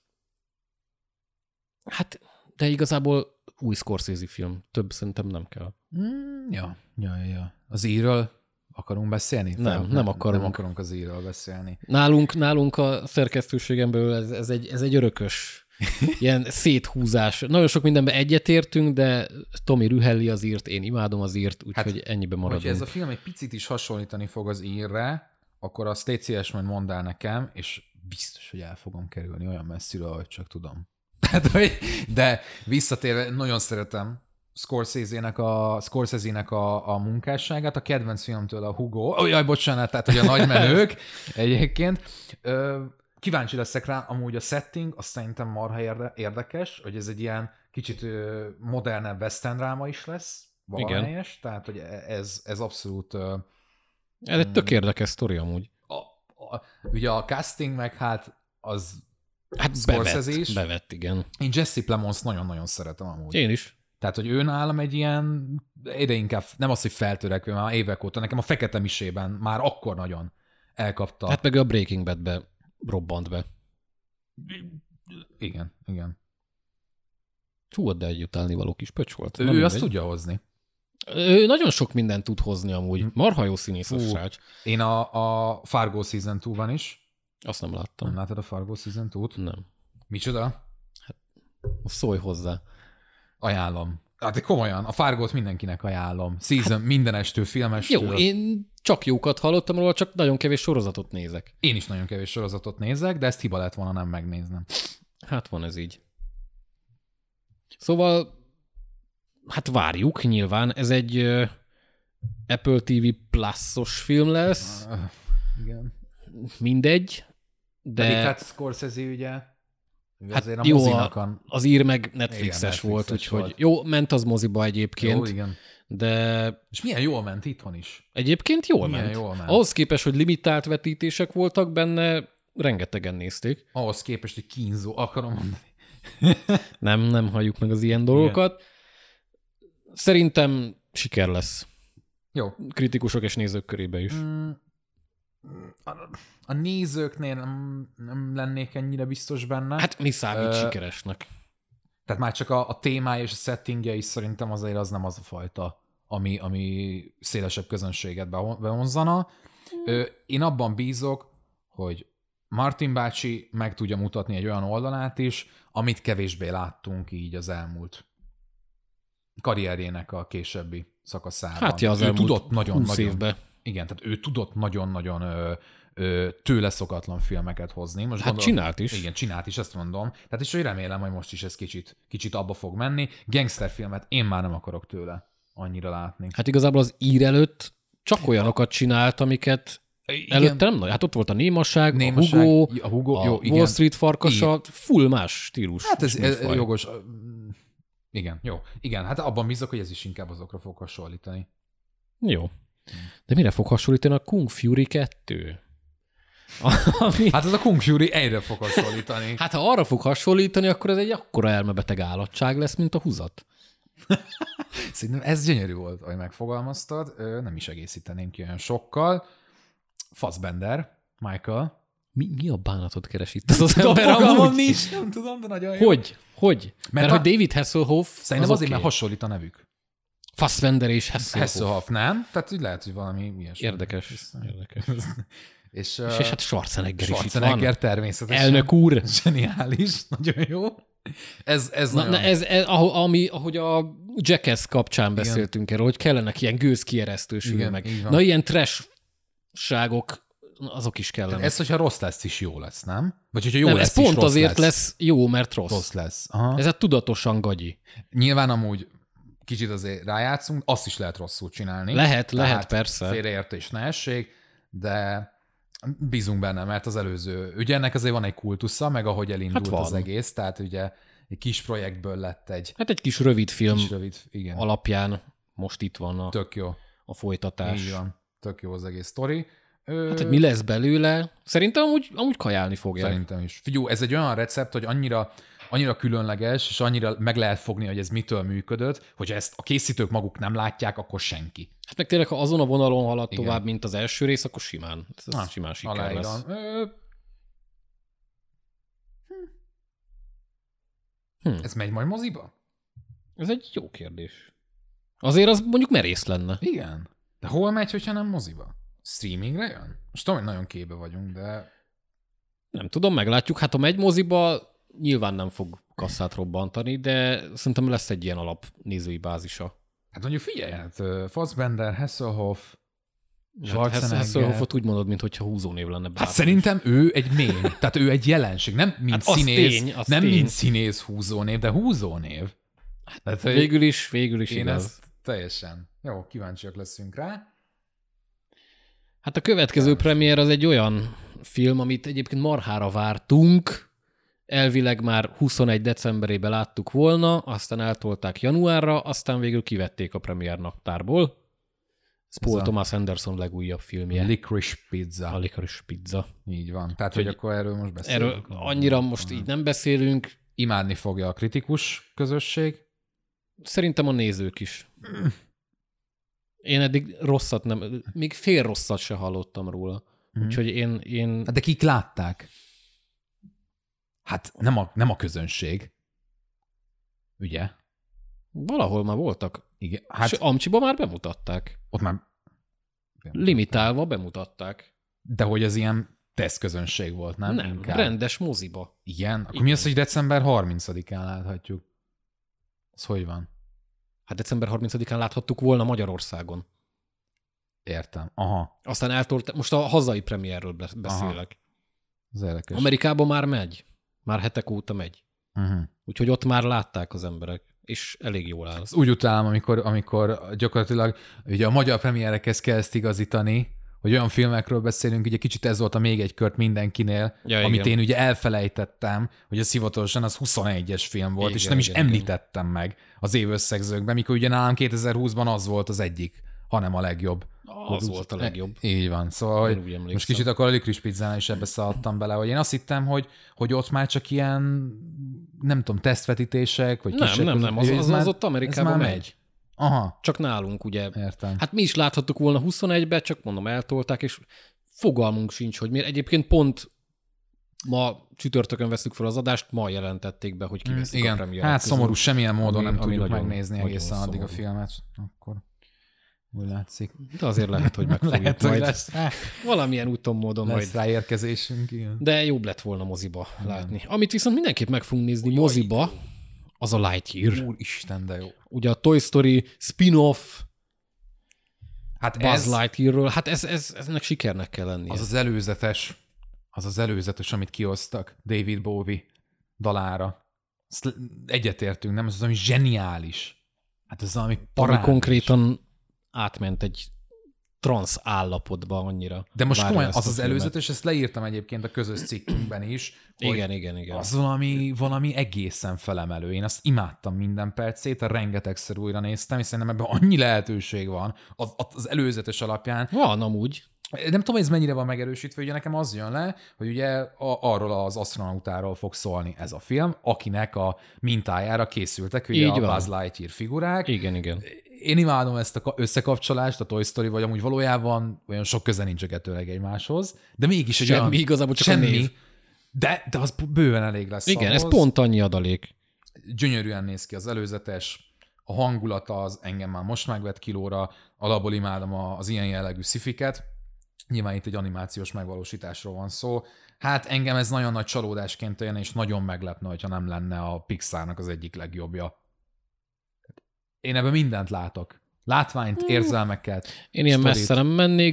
A: hát de igazából új Scorsese film, több szerintem nem kell.
B: Ja. Az írről akarunk beszélni?
A: Nem akarunk.
B: Nem akarunk az írről beszélni.
A: Nálunk a szerkesztőségemből ez egy örökös ilyen széthúzás. Nagyon sok mindenben egyetértünk, de Tomi rühelli az írt, én imádom az írt, úgyhogy ennyibe maradunk.
B: Hogyha ez a film egy picit is hasonlítani fog az írre, akkor azt légy szíves, majd mondd el nekem, és biztos, hogy el fogom kerülni olyan messziről, ahogy csak tudom. De visszatérve, nagyon szeretem Scorsese-nek a munkásságát. A kedvenc filmtől a Hugo. Bocsánat, tehát hogy a nagymenők egyébként. Kíváncsi leszek rá, amúgy a setting, azt szerintem marha érdekes, hogy ez egy ilyen kicsit modernebb western dráma is lesz, valamelyes, tehát hogy ez abszolút...
A: Ez egy tök érdekes sztori amúgy.
B: Ugye a casting meg az
A: bevett, igen.
B: Én Jesse Plemons nagyon-nagyon szeretem amúgy.
A: Én is.
B: Tehát, hogy ő nálam egy ilyen, ide inkább, nem az, hogy feltörekvő, már évek óta, nekem a Fekete Misében már akkor nagyon elkapta.
A: Hát meg a Breaking Badbe robbant be.
B: Igen.
A: Hú, de egy utálnivaló kis pöcs volt.
B: Ő azt tudja hozni.
A: Ő nagyon sok mindent tud hozni amúgy. Marha jó színész a srác.
B: Én a Fargo Season 2-ban is.
A: Azt nem láttam.
B: Nem láttad a Fargo Season 2-t?
A: Nem.
B: Micsoda?
A: Hát, szólj hozzá.
B: Ajánlom. Hát komolyan, a Fargót mindenkinek ajánlom. Season, mindenestől, filmestől.
A: Jó, én csak jókat hallottam róla, csak nagyon kevés sorozatot nézek.
B: Én is nagyon kevés sorozatot nézek, de ezt hiba lett volna nem megnéznem.
A: Hát van ez így. Szóval, hát várjuk nyilván. Ez egy Apple TV Plus-os film lesz.
B: Igen.
A: Mindegy. De...
B: Pedig hát Scorsese ugye... Hát azért a jó,
A: az ír meg Netflixes volt, úgyhogy jó, ment az moziba egyébként.
B: Jó, igen.
A: De...
B: És milyen jól ment itthon is.
A: Egyébként jól ment. Ahhoz képest, hogy limitált vetítések voltak benne, rengetegen nézték.
B: Ahhoz képest, hogy kínzó, akarom mondani.
A: nem halljuk meg az ilyen dolgokat. Igen. Szerintem siker lesz.
B: Jó.
A: Kritikusok és nézők körébe is.
B: A nézőknél nem lennék ennyire biztos benne.
A: Hát mi számít sikeresnek?
B: Tehát már csak a témája és a settingje is szerintem azért az nem az a fajta, ami szélesebb közönséget bevonzana. Én abban bízok, hogy Martin bácsi meg tudja mutatni egy olyan oldalát is, amit kevésbé láttunk így az elmúlt karrierjének a későbbi szakaszában.
A: Hát ja, az elmúlt
B: tudott
A: 20 évben.
B: Igen, tehát ő tudott nagyon-nagyon tőle szokatlan filmeket hozni. Most
A: hát csinált is.
B: Igen, csinált is, ezt mondom. Tehát is, hogy remélem, hogy most is ez kicsit abba fog menni. Gangsterfilmet én már nem akarok tőle annyira látni.
A: Hát igazából az ír előtt csak olyanokat csinált, amiket előtte nem nagy. Hát ott volt a Némaság, a Hugo, a
B: jó,
A: Wall Street farkasa, full más stílus.
B: Hát ez jogos. Igen, jó. Igen, hát abban bízok, hogy ez is inkább azokra fog hasonlítani.
A: Jó. De mire fog hasonlítani a Kung Fury 2?
B: Hát az a Kung Fury egyre fog hasonlítani.
A: Hát ha arra fog hasonlítani, akkor ez egy akkora elmebeteg állatság lesz, mint a húzat.
B: Szerintem ez gyönyörű volt, ahogy megfogalmaztad. Nem is egészíteném ki olyan sokkal. Fassbender, Michael.
A: Mi a bánatot keres itt az ember amúgy?
B: Nincs, nem tudom, de nagyon jó.
A: Hogy? Mert hogy David Hasselhoff...
B: Szerintem azért, mert hasonlít a nevük.
A: Fassbender és Hasselhoff.
B: Nem? Tehát úgy lehet, hogy valami ilyesmi.
A: Érdekes.
B: És
A: hát Schwarzenegger is itt van.
B: Schwarzenegger természetesen.
A: Elnök úr.
B: Zseniális, nagyon jó. Ez
A: ahogy a Jackass kapcsán beszéltünk erről, hogy kellenek ilyen gőzkieresztős filmek. Na, ilyen trash-ságok, azok is kellenek.
B: Ez, hogyha rossz lesz, is jó lesz, nem? Vagy hogyha jó lesz,
A: ez pont azért lesz jó, mert rossz.
B: Rossz lesz. Aha.
A: Ez tudatosan gagyi.
B: Nyilván amúgy kicsit azért rájátszunk, azt is lehet rosszul csinálni.
A: Lehet, persze.
B: Félreértés ne essék, de bízunk benne, mert az előző, ugye ennek azért van egy kultusza, meg ahogy elindult az egész, tehát ugye egy kis projektből lett egy...
A: Hát egy kis rövid film igen. Alapján most itt van
B: tök jó.
A: A folytatás.
B: Így van, tök jó az egész sztori.
A: Hát, hogy mi lesz belőle? Szerintem amúgy kajálni fogja.
B: Szerintem is. Figyú, ez egy olyan recept, hogy annyira különleges, és annyira meg lehet fogni, hogy ez mitől működött, hogyha ezt a készítők maguk nem látják, akkor senki.
A: Hát meg tényleg, ha azon a vonalon halad tovább, mint az első rész, akkor simán. Ez simán siker lesz.
B: Ez megy majd moziba?
A: Ez egy jó kérdés. Azért az mondjuk merész lenne.
B: Igen. De hol megy, hogyha nem moziba? Streamingre jön? Most tudom, hogy nagyon képbe vagyunk, de...
A: Nem tudom, meglátjuk. Hát ha megy moziba, nyilván nem fog kasszát robbantani, de szerintem lesz egy ilyen alap nézői bázisa.
B: Hát mondjuk figyelj, hát Fassbender, Hasselhoff, Schwarzenegger...
A: Hasselhoffot úgy mondod, mintha húzónév lenne.
B: Hát szerintem ő egy mém, tehát ő egy jelenség, nem mint hát színész, mint színész húzónév, de húzónév.
A: Hát végül is
B: én
A: igaz.
B: Ezt teljesen. Jó, kíváncsiak leszünk rá.
A: Hát a következő premier az egy olyan film, amit egyébként marhára vártunk. Elvileg már 21 decemberében láttuk volna, aztán eltolták januárra, aztán végül kivették a premier naptárból. Ez Paul Thomas Anderson legújabb filmje.
B: Licorice Pizza.
A: A Licorice Pizza.
B: Így van. Tehát, hogy akkor erről most beszélünk.
A: Erről annyira most így nem beszélünk.
B: Imádni fogja a kritikus közösség.
A: Szerintem a nézők is. Én eddig rosszat nem, még fél rosszat se hallottam róla. Úgyhogy én...
B: De kik látták? Hát nem a közönség. Ugye?
A: Valahol már voltak.
B: Igen.
A: Hát... Amcsiba már bemutatták.
B: Ott már...
A: Limitálva bemutatták.
B: De hogy az ilyen tesztközönség volt, nem?
A: Nem, inkább. Rendes moziba.
B: Igen? Akkor mi az, hogy december 30-án láthatjuk? Ez hogy van?
A: Hát december 30-án láthattuk volna Magyarországon.
B: Értem. Aha.
A: Aztán eltolták, most a hazai premierről beszélek.
B: Ez érdekes.
A: Amerikában már megy. Már hetek óta megy. Úgyhogy ott már látták az emberek, és elég jól áll.
B: Ez úgy utálom, amikor gyakorlatilag ugye a magyar premierekhez kell ezt igazítani, hogy olyan filmekről beszélünk, ugye kicsit ez volt a még egy kört mindenkinél, amit én ugye elfelejtettem, hogy az hivatalosan az 21-es film volt, és nem is említettem meg az évösszegzőkben, mikor ugye nálam 2020-ban az volt az egyik, hanem a legjobb.
A: Az volt a legjobb.
B: Így van. Szóval, hogy most kicsit akkor a Licorice Pizzánál is ebbe szaladtam bele, hogy én azt hittem, hogy ott már csak ilyen, nem tudom, tesztvetítések, vagy
A: nem, az ott Amerikában megy.
B: Aha.
A: Csak nálunk, ugye.
B: Értem.
A: Hát mi is láthattuk volna 21-be, csak mondom, eltolták, és fogalmunk sincs, hogy miért. Egyébként pont ma csütörtökön veszük fel az adást, ma jelentették be, hogy kiveszik a premiéret.
B: Hát szomorú, semmilyen módon nem tudjuk
A: nagyon,
B: megnézni egészen
A: nagyon
B: addig
A: szomorú.
B: a filmet. Akkor úgy látszik.
A: De azért lehet, hogy meg fogjuk
B: Lehet, hogy
A: majd.
B: lesz rá,
A: Valamilyen úton, módon
B: lesz
A: majd.
B: rá érkezésünk, igen.
A: De jobb lett volna moziba látni. Amit viszont mindenképp meg fogunk nézni moziba, az a Lightyear.
B: Úristen, de jó.
A: Ugye a Toy Story spin-off
B: Hát
A: Buzz Lightyearről, hát ennek sikernek kell lennie.
B: az az előzetes, amit kihoztak David Bowie dalára. Azt egyetértünk, nem? Ez az, ami zseniális. Hát ez ami
A: ami
B: parádiás.
A: konkrétan átment egy transz állapotba annyira.
B: De most
A: várja
B: komolyan,
A: ezt
B: az
A: a
B: az
A: filmet.
B: előzetes, ezt leírtam egyébként a közös cikkünkben is, hogy
A: Igen.
B: az valami egészen felemelő. Én azt imádtam minden percét, rengetegszer újra néztem, és szerintem ebben annyi lehetőség van az előzetes alapján.
A: Van amúgy.
B: Nem tudom, hogy ez mennyire van megerősítve, ugye nekem az jön le, hogy ugye arról az asztronautáról fog szólni ez a film, akinek a mintájára készültek ugye
A: Így
B: a
A: van.
B: Buzz Lightyear figurák.
A: Igen.
B: Én imádom ezt a összekapcsolást, a Toy Story, vagy amúgy valójában olyan sok köze nincs a kettőleg egymáshoz, de mégis egy
A: Semmi,
B: olyan...
A: igazából csak a név.
B: De az bőven elég lesz
A: Igen,
B: ahhoz.
A: ez pont annyi adalék.
B: Gyönyörűen néz ki az előzetes, a hangulata az engem már most megvett kilóra, alapból imádom az ilyen jellegű szifiket. Nyilván itt egy animációs megvalósításról van szó. Hát engem ez nagyon nagy csalódásként jön, és nagyon meglepne, hogyha nem lenne a Pixarnak az egyik legjobbja. Én ebben mindent látok. Látványt, érzelmeket.
A: Én ilyen
B: sztorit.
A: messze nem mennék,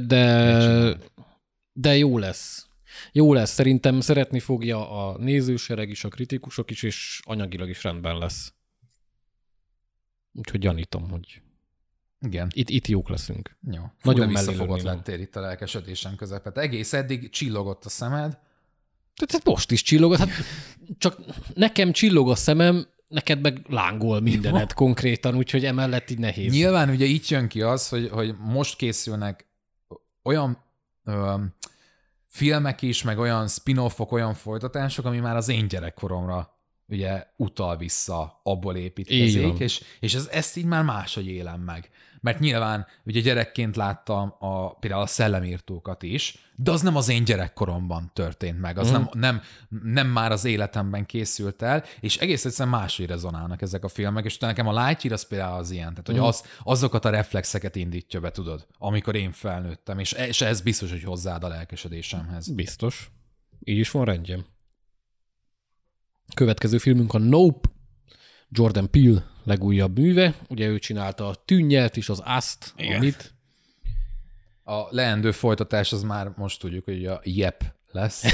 A: de jó lesz. Jó lesz. Szerintem szeretni fogja a nézősereg is, a kritikusok is, és anyagilag is rendben lesz. Úgyhogy gyanítom, hogy
B: Igen.
A: itt jók leszünk.
B: Jó.
A: Nagyon
B: de
A: mellé
B: visszafogott
A: lőni
B: lettél itt a lelkesedésem közepet. Egész eddig csillogott a szemed.
A: Tehát most is csillog, hát csak nekem csillog a szemem, neked meg lángol mindened konkrétan, úgyhogy emellett így nehéz.
B: Nyilván ugye itt jön ki az, hogy most készülnek olyan filmek is, meg olyan spin-offok, olyan folytatások, ami már az én gyerekkoromra ugye utal vissza, abból építkezik, és ezt így már máshogy élem meg. Mert nyilván ugye gyerekként láttam például a Szellemírtókat is, de az nem az én gyerekkoromban történt meg, az nem már az életemben készült el, és egész egyszerűen máshogy rezonálnak ezek a filmek, és nekem a Lightyear az például az ilyen, tehát hogy azokat a reflexeket indítja be, tudod, amikor én felnőttem, és ez biztos, hogy hozzáad a lelkesedésemhez.
A: Biztos. Így is van rendjem. Következő filmünk a Nope, Jordan Peele legújabb műve. Ugye ő csinálta a Tűnnyelt is, az Azt, amit.
B: A leendő folytatás az már most tudjuk, hogy a Yep lesz.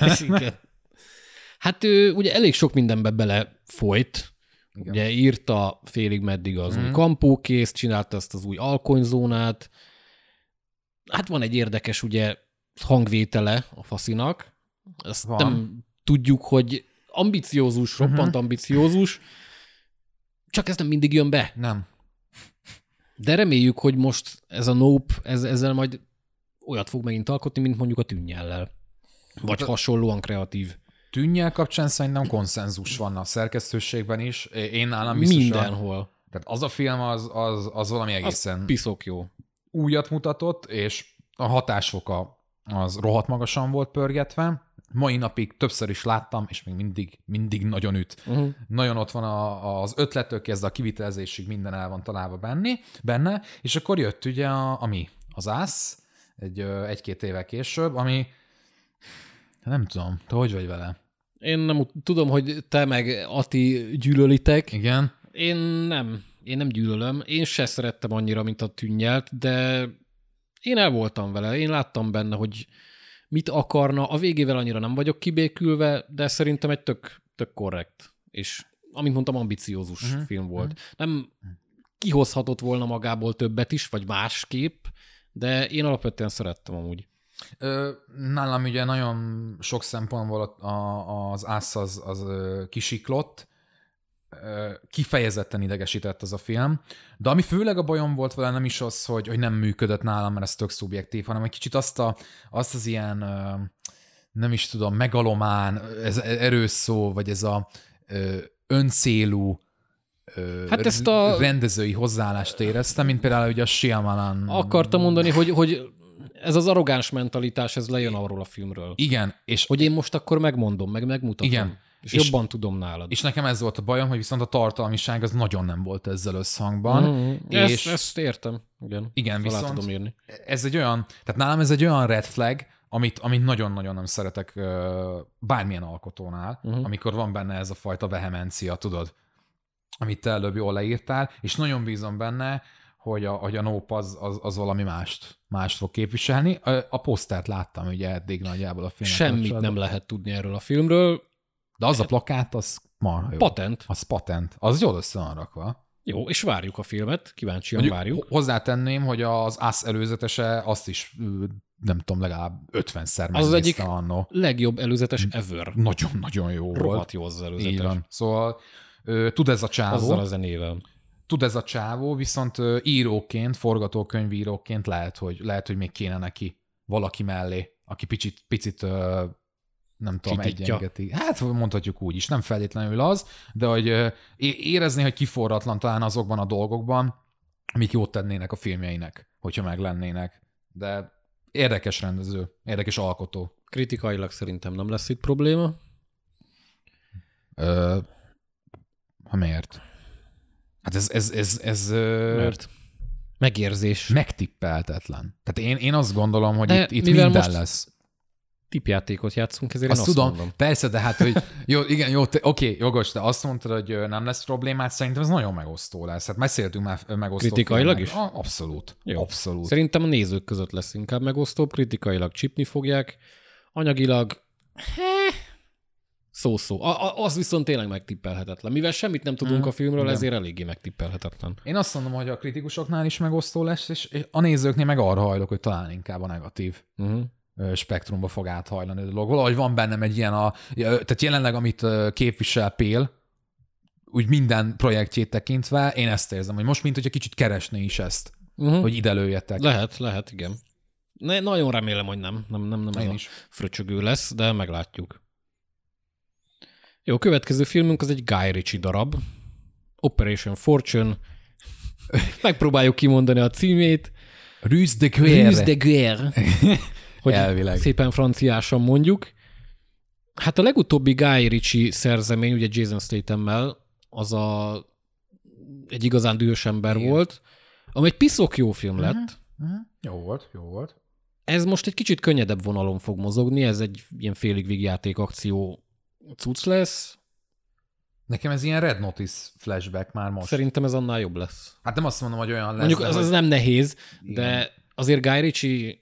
A: Hát ő ugye elég sok mindenbe belefolyt.
B: Igen.
A: Ugye írta félig meddig az új kampókész, csinálta ezt az új alkonyzónát. Hát van egy érdekes ugye hangvétele a faszinak. Ezt nem tudjuk, hogy ambiciózus, roppant ambiciózus, csak ez nem mindig jön be.
B: Nem.
A: De reméljük, hogy most ez a Nope, ezzel majd olyat fog megint alkotni, mint mondjuk a Tűnnyellel. Vagy hasonlóan kreatív.
B: Tűnnyel kapcsán szerintem konszenzus van a szerkesztőségben is. Én nálam biztosan...
A: Mindenhol.
B: Tehát az a film az valami egészen
A: az piszok jó.
B: újat mutatott, és a hatásfoka az rohadt magasan volt pörgetve. Mai napig többször is láttam, és még mindig nagyon üt. Nagyon ott van az ötlettől kezdve a kivitelezésig minden el van találva benne, és akkor jött ugye az Ász, egy-két évvel később, ami nem tudom, te hogy vagy vele?
A: Én nem tudom, hogy te meg Ati gyűlölitek.
B: Igen.
A: Én nem gyűlölöm. Én se szerettem annyira, mint a Tűnnyelt, de én el voltam vele. Én láttam benne, hogy mit akarna. A végével annyira nem vagyok kibékülve, de szerintem egy tök korrekt. És amint mondtam, ambiciózus film volt. Nem kihozhatott volna magából többet is, vagy másképp, de én alapvetően szerettem amúgy.
B: Nálam ugye nagyon sok szempontból az Ász az kisiklott, kifejezetten idegesített az a film, de ami főleg a bajom volt vele nem is az, hogy nem működött nálam, mert ez tök szubjektív, hanem egy kicsit azt az ilyen, nem is tudom, megalomán, ez erős szó, vagy ez a öncélú
A: Hát ezt a
B: rendezői hozzáállást éreztem, mint például ugye a Shyamalan.
A: Akartam mondani, hogy ez az arrogáns mentalitás, ez lejön arról a filmről.
B: Igen. És
A: hogy én most akkor megmondom, megmutatom.
B: Igen.
A: És jobban tudom nálad.
B: És nekem ez volt a bajom, hogy viszont a tartalmiság az nagyon nem volt ezzel összhangban. És
A: ezt értem.
B: Igen,
A: viszont tudom írni.
B: Ez egy olyan, tehát nálam ez egy olyan red flag, amit nagyon-nagyon nem szeretek bármilyen alkotónál, amikor van benne ez a fajta vehemencia, tudod, amit te előbb jól leírtál, és nagyon bízom benne, hogy a Nope az valami mást fog képviselni. A posztert láttam ugye eddig nagyjából a filmet.
A: Semmit nem lehet tudni erről a filmről.
B: De az a plakát, az marha jó.
A: Patent.
B: Az patent. Az jól össze van rakva.
A: Jó, és várjuk a filmet, kíváncsian várjuk.
B: Hozzátenném, hogy az Us előzetese azt is, nem tudom, legalább 50-szer megnézte
A: az egyik
B: annó.
A: Legjobb előzetes ever.
B: Nagyon jó volt.
A: Rohadt jó az előzetes.
B: Így van. Szóval tud ez a csávó.
A: Azzal a zenével.
B: Tud ez a csávó, viszont íróként, forgatókönyvíróként lehet, hogy még kéne neki valaki mellé, aki picit nem tudom, egyengeti. Hát mondhatjuk úgy is, nem feltétlenül az, de hogy érezni, hogy kiforratlan talán azokban a dolgokban, amik jót tennének a filmjeinek, hogyha meg lennének. De érdekes rendező, érdekes alkotó.
A: Kritikailag szerintem nem lesz itt probléma.
B: Ha miért? Hát ez
A: Mert megérzés.
B: Megtippeltetlen. Tehát én azt gondolom, hogy itt minden lesz.
A: Tippjátékot játszunk, ezért
B: azt
A: én
B: tudom,
A: azt mondom.
B: Persze, de hát, hogy jó, igen, jó, oké, jogos, de azt mondtad, hogy nem lesz problémát, szerintem ez nagyon megosztó lesz. Hát beszéltünk már megosztó.
A: Kritikailag is?
B: Abszolút.
A: Jó.
B: Abszolút.
A: Szerintem a nézők között lesz inkább megosztóbb, kritikailag csipni fogják, anyagilag szó-szó. Az viszont tényleg megtippelhetetlen. Mivel semmit nem tudunk a filmről, ezért eléggé megtippelhetetlen.
B: Én azt mondom, hogy a kritikusoknál is megosztó lesz, és a nézőknél meg arra hajlok, hogy talán inkább a negatív spektrumba fog áthajlani a dolog. Valahogy van bennem egy ilyen tehát jelenleg, amit képvisel Pél, úgy minden projektjét tekintve, én ezt érzem, hogy most mint hogyha kicsit keresné is ezt, hogy ide lőjetek.
A: Lehet, igen. Nagyon remélem, hogy nem ez a fröcsögő lesz, de meglátjuk. Jó, a következő filmünk az egy Guy Ritchie darab. Operation Fortune. Megpróbáljuk kimondani a címét.
B: Ruse de Guerre.
A: Ruse de Guerre. Hogy
B: elvileg
A: szépen franciásan mondjuk. Hát a legutóbbi Guy Ritchie szerzemény, ugye Jason Statham-mel, az egy igazán dühös ember volt, ami egy piszok jó film lett.
B: Jó volt.
A: Ez most egy kicsit könnyedebb vonalon fog mozogni, ez egy ilyen félig végjáték akció cucc lesz.
B: Nekem ez ilyen Red Notice flashback már most.
A: Szerintem ez annál jobb lesz.
B: Hát nem azt mondom, hogy olyan lesz.
A: Mondjuk ez nem nehéz, de azért Guy Ritchie...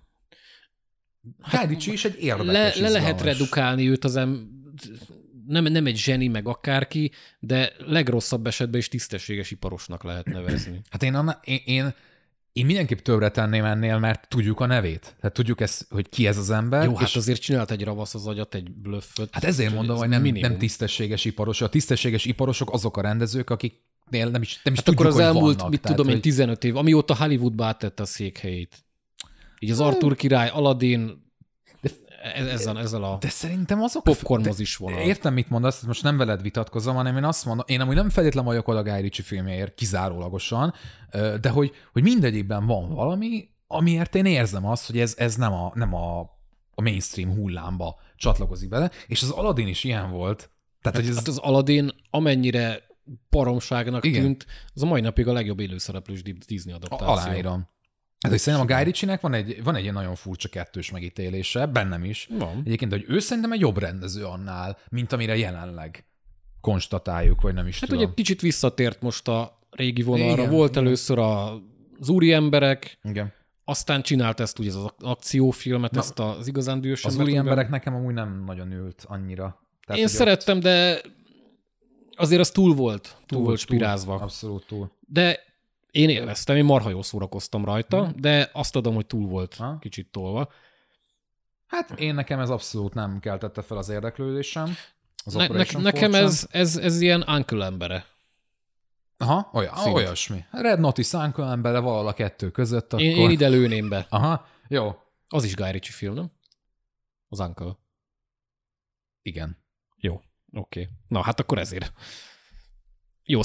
B: Guy Ritchie is egy érdekes,
A: le lehet redukálni őt nem egy zseni meg akárki, de legrosszabb esetben is tisztességes iparosnak lehet nevezni.
B: Hát én mindenképp többre tenném ennél, mert tudjuk a nevét. Tehát tudjuk ezt, hogy ki ez az ember.
A: Jó, hát azért csinált egy ravasz az agyat, egy blöfföt.
B: Hát ezért mondom, hogy nem tisztességes iparos. A tisztességes iparosok azok a rendezők, akiknél nem is hát tudjuk, akkor az elmúlt, vannak.
A: Tudom én, 15 év, amióta Hollywoodba áttette a székhelyét. Így az Arthur király, Aladdin, ezzel a
B: de szerintem azok
A: popcornmozis vonal.
B: Értem, mit mondasz, most nem veled vitatkozom, hanem én azt mondom, én amúgy nem feltétlenül vagyok oda Guy Ritchie filmjeért, kizárólagosan, de hogy mindegyikben van valami, amiért én érzem azt, hogy ez nem a mainstream hullámba csatlakozik bele, és az Aladdin is ilyen volt. Tehát, hogy
A: hát az Aladdin amennyire baromságnak tűnt, az a mai napig a legjobb élőszereplős Disney adaptáció.
B: Aláírom. Hát, hogy szerintem a Guy Ritchie-nek van egy ilyen nagyon furcsa kettős megítélése, bennem is.
A: Van.
B: Egyébként, hogy ő szerintem egy jobb rendező annál, mint amire jelenleg konstatáljuk, vagy nem is tudom.
A: Hát ugye kicsit visszatért most a régi vonalra. Volt először az úri emberek,
B: igen.
A: Aztán csinált ezt ugye az akciófilmet, ezt az igazán dühös
B: embert. Az úri emberek nekem amúgy nem nagyon ült annyira. Tehát,
A: én szerettem, de azért az túl volt spirázva.
B: Abszolút túl.
A: De én élveztem, én marha jól szórakoztam rajta, de azt adom, hogy túl volt kicsit tolva.
B: Hát én nekem ez abszolút nem keltette fel az érdeklődésem.
A: Nekem ez ilyen Uncle embere.
B: Aha, olyasmi. Red Notice, Uncle embere valahol a kettő között. Akkor...
A: Én ide lőném be.
B: Aha, jó.
A: Az is Guy Ritchie film, nem? Az Uncle.
B: Igen.
A: Jó, oké. Na, hát akkor ezért. Jó,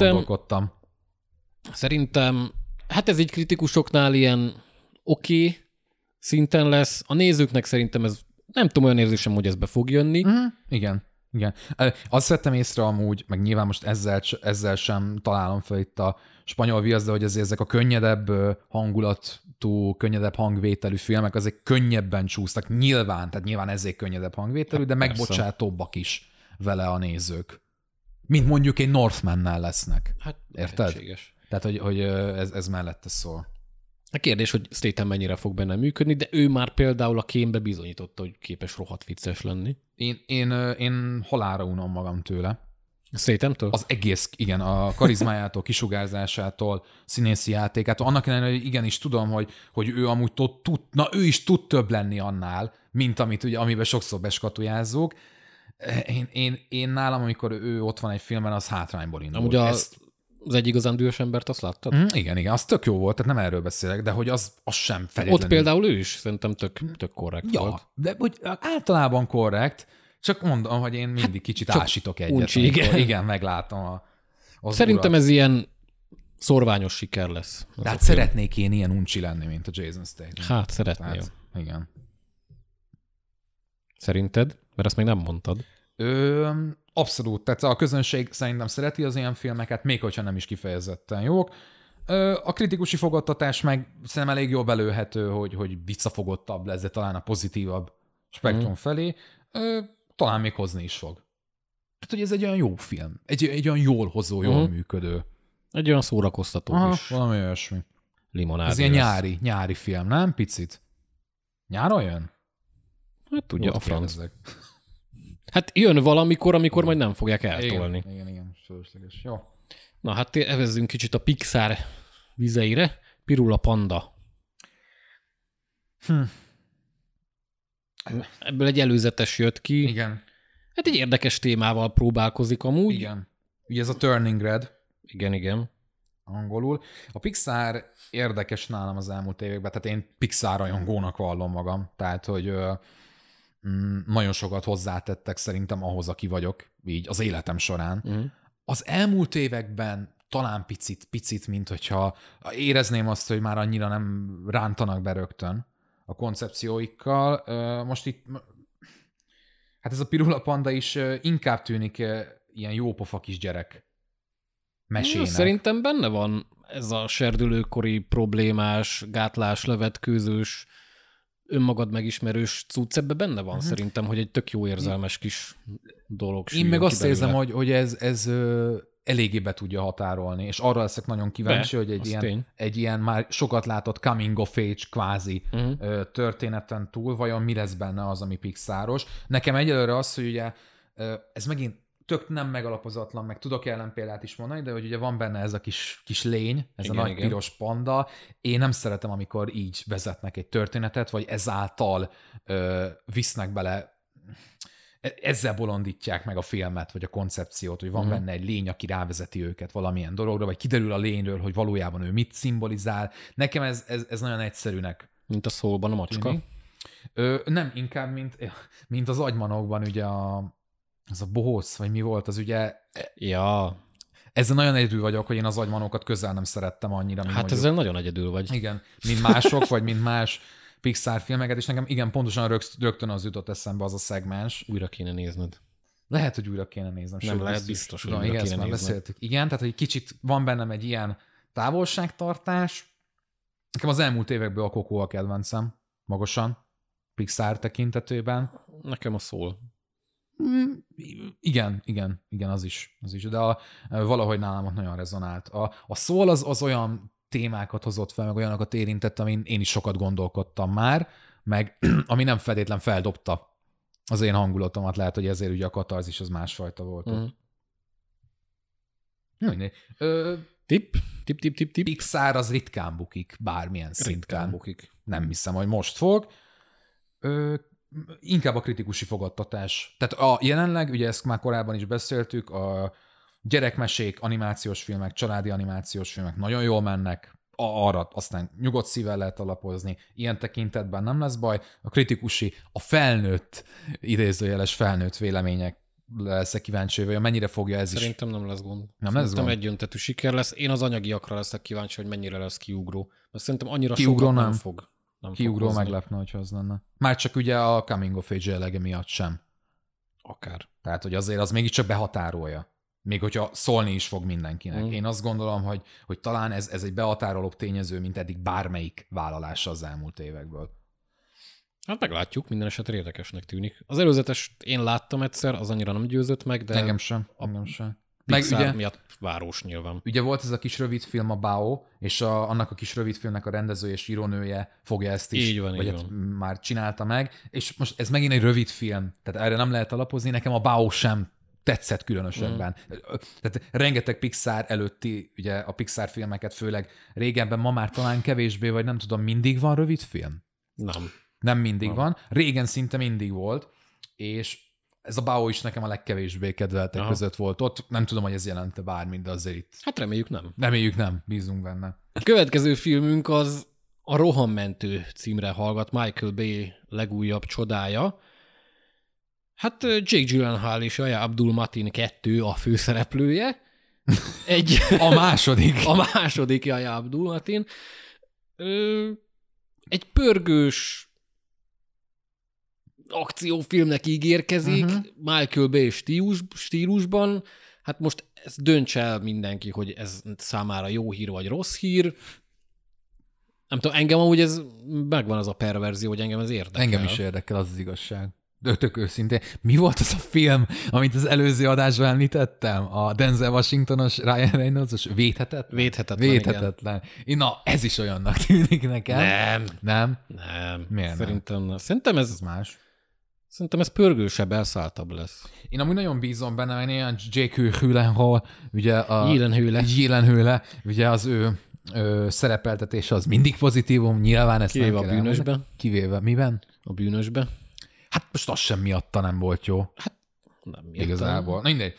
A: szerintem, hát ez így kritikusoknál ilyen oké szinten lesz. A nézőknek szerintem ez, nem tudom, olyan érzésem, hogy ez be fog jönni.
B: Igen. Azt vettem észre amúgy, meg nyilván most ezzel sem találom fel itt a spanyol viasz, de hogy azért ezek a könnyedebb hangulatú, könnyedebb hangvételű filmek, azért könnyebben csúsztak. Tehát nyilván ezért könnyedebb hangvételű, de megbocsátóbbak is vele a nézők. Mint mondjuk egy Northmannel lesznek.
A: Hát
B: érted?
A: lehetséges.
B: Tehát, hogy ez mellette szól.
A: A kérdés, hogy Statham mennyire fog benne működni, de ő már például a Kémbe bizonyította, hogy képes rohadt vicces lenni.
B: Én halálra unom magam tőle.
A: Statham-től?
B: Az egész, igen, a karizmájától, kisugárzásától, színészi játékától. Annak ellenére, hogy igenis tudom, hogy ő amúgy ő is tud több lenni annál, mint amiben sokszor beskatujázzuk. Én nálam, amikor ő ott van egy filmben, az hátrányból indul.
A: Amúgy az egy igazán dühös embert, azt láttad?
B: Igen, az tök jó volt, tehát nem erről beszélek, de hogy az sem feltétlenül.
A: Ott például ő is szerintem tök korrekt volt.
B: De hogy általában korrekt, csak mondom, hogy én mindig kicsit ásítok egyet.
A: Uncsi,
B: igen, meglátom az
A: szerintem
B: urat.
A: ez ilyen szorványos siker lesz.
B: De hát szeretnék én ilyen uncsi lenni, mint a Jason Statham.
A: Hát szeretnél.
B: Igen.
A: Szerinted? Mert ezt még nem mondtad.
B: Abszolút. Tehát a közönség szerintem szereti az ilyen filmeket, még hogyha nem is kifejezetten jók. A kritikusi fogadtatás meg szerintem elég jól belőhető, hogy visszafogottabb lesz, de talán a pozitívabb spektrum felé. Talán még hozni is fog. Tehát, hogy ez egy olyan jó film. Egy olyan jól hozó, jól működő.
A: Egy olyan szórakoztató is.
B: Valami olyasmi.
A: Limonádi.
B: Ez ilyen nyári film, nem? Picit. Nyáron jön?
A: Hát tudja a franc. Hát jön valamikor, amikor majd nem fogják eltolni.
B: Igen, fölösleges. Jó.
A: Na hát evezzünk kicsit a Pixar vizeire. Pirula Panda. Ebből egy előzetes jött ki.
B: Igen.
A: Hát egy érdekes témával próbálkozik amúgy.
B: Igen. Ugye ez a Turning Red.
A: Igen.
B: Angolul. A Pixar érdekes nálam az elmúlt években, tehát én Pixar rajongónak vallom magam. Tehát, hogy nagyon sokat hozzátettek szerintem ahhoz, aki vagyok, így az életem során. Az elmúlt években talán picit, mint hogyha érezném azt, hogy már annyira nem rántanak be rögtön a koncepcióikkal. Most itt, hát ez a Pirula Panda is inkább tűnik ilyen jópofa kisgyerek mesének.
A: Szerintem benne van ez a serdülőkori problémás, gátlás, levetkőzős, önmagad megismerős cucc, ebbe benne van szerintem, hogy egy tök jó érzelmes kis dolog.
B: Én meg azt érzem, hogy ez eléggé be tudja határolni, és arra leszek nagyon kíváncsi, hogy egy ilyen már sokat látott coming of age kvázi történeten túl, vajon mi lesz benne az, ami Pixaros. Nekem egyelőre az, hogy ugye ez megint tök nem megalapozatlan, meg tudok ellenpéldát is mondani, de hogy ugye van benne ez a kis lény, ez a nagy piros panda. Én nem szeretem, amikor így vezetnek egy történetet, vagy ezáltal visznek bele, ezzel bolondítják meg a filmet, vagy a koncepciót, hogy van benne egy lény, aki rávezeti őket valamilyen dologra, vagy kiderül a lényről, hogy valójában ő mit szimbolizál. Nekem ez nagyon egyszerűnek.
A: Mint a Soulban a macska?
B: Nem, inkább, mint az Agymanokban ugye az a bohóc, vagy mi volt, az ugye...
A: Ja.
B: Ezzel nagyon egyedül vagyok, hogy én az Agymanokat közel nem szerettem annyira.
A: Hát mondjuk, ezzel nagyon egyedül vagy.
B: Igen, mint mások, vagy mint más Pixar filmeket, és nekem igen, pontosan rögtön az jutott eszembe az a szegmens.
A: Újra kéne nézned.
B: Lehet, hogy újra kéne néznem.
A: Nem lehet biztos, hogy újra kéne nézned.
B: Beszéltük. Igen, tehát egy kicsit van bennem egy ilyen távolságtartás. Nekem az elmúlt évekből a Coco a kedvencem, magasan, Pixar tekintetőben.
A: Nekem a Soul.
B: Igen, az is. De valahogy nálam ott nagyon rezonált. A Soul az olyan témákat hozott fel, meg olyanokat érintett, amin én is sokat gondolkodtam már, meg ami nem feltétlen feldobta az én hangulatomat, lehet, hogy ezért ugye a katarzis az másfajta volt.
A: Tipp.
B: Pixar az ritkán bukik, bármilyen szinten. Nem hiszem, hogy most fog. Inkább a kritikusi fogadtatás. Tehát jelenleg, ugye ezt már korábban is beszéltük, a gyerekmesék, animációs filmek, családi animációs filmek nagyon jól mennek, arra aztán nyugodt szívvel lehet alapozni, ilyen tekintetben nem lesz baj. A kritikusi, a felnőtt, idézőjeles felnőtt vélemények lesz kíváncsi, vagy mennyire fogja ez
A: Szerintem nem lesz gond.
B: Nem
A: Szerintem egyöntetű siker lesz. Én az anyagiakra leszek kíváncsi, hogy mennyire lesz kiugró. Mert szerintem annyira
B: Kiugró
A: sokat
B: nem.
A: fog.
B: Kiugró meglepne, hogyha az lenne. Már csak ugye a coming of age jellege miatt sem.
A: Akár.
B: Tehát, hogy azért az mégiscsak behatárolja. Még hogyha szólni is fog mindenkinek. Én azt gondolom, hogy talán ez egy behatárolóbb tényező, mint eddig bármelyik vállalása az elmúlt évekből.
A: Hát meglátjuk, minden esetre érdekesnek tűnik. Az előzetes én láttam egyszer, az annyira nem győzött meg, de...
B: Engem sem.
A: Meg ugye, miatt város nyilván.
B: Ugye volt ez a kis rövidfilm, a Bao, és annak a kis rövidfilmnek a rendező és írónője fogja ezt is,
A: így van,
B: vagy
A: így
B: hát
A: van.
B: már csinálta meg, és most ez megint egy rövidfilm, tehát erre nem lehet alapozni, nekem a Bao sem tetszett különösebben. Tehát rengeteg Pixar előtti, ugye a Pixar filmeket főleg régebben, ma már talán kevésbé, vagy nem tudom, mindig van rövidfilm? Nem mindig van. Régen szinte mindig volt, és ez a Bao is nekem a legkevésbé kedveltek között volt ott. Nem tudom, hogy ez jelente bármit, de azért itt...
A: Hát reméljük nem.
B: Reméljük nem, bízunk benne.
A: A következő filmünk az a Rohammentő címre hallgat, Michael Bay legújabb csodája. Hát Jake Gyllenhaal és Yahya Abdul-Mateen 2 a főszereplője.
B: A második.
A: A második Yahya Abdul-Mateen. Egy pörgős akciófilmnek ígérkezik, Michael Bay stílusban. Hát most ezt döntse el mindenki, hogy ez számára jó hír vagy rossz hír. Nem tudom, engem amúgy ez megvan az a perverzió, hogy engem ez érdekel.
B: Engem is érdekel, az igazság. De tök őszintén. Mi volt az a film, amit az előző adásban említettem? A Denzel Washingtonos, Ryan Reynolds-os Védhetetlen?
A: Védhetetlen.
B: Na, ez is olyannak tűnik nekem. Nem? Miért
A: nem? Szerintem ez
B: más.
A: Szerintem ez pörgősebb, elszálltabb lesz.
B: Én amúgy nagyon bízom benne, hogy ilyen Jake Gyllenhaal, ugye a
A: Gyllenhaal,
B: ugye az ő szerepeltetése az mindig pozitívum, nyilván ezt
A: kivéve nem kell a Bűnösbe.
B: Kivéve miben?
A: A Bűnösbe.
B: Hát most az sem miatta nem volt jó.
A: Hát nem miatta.
B: Igazából. Na mindegy.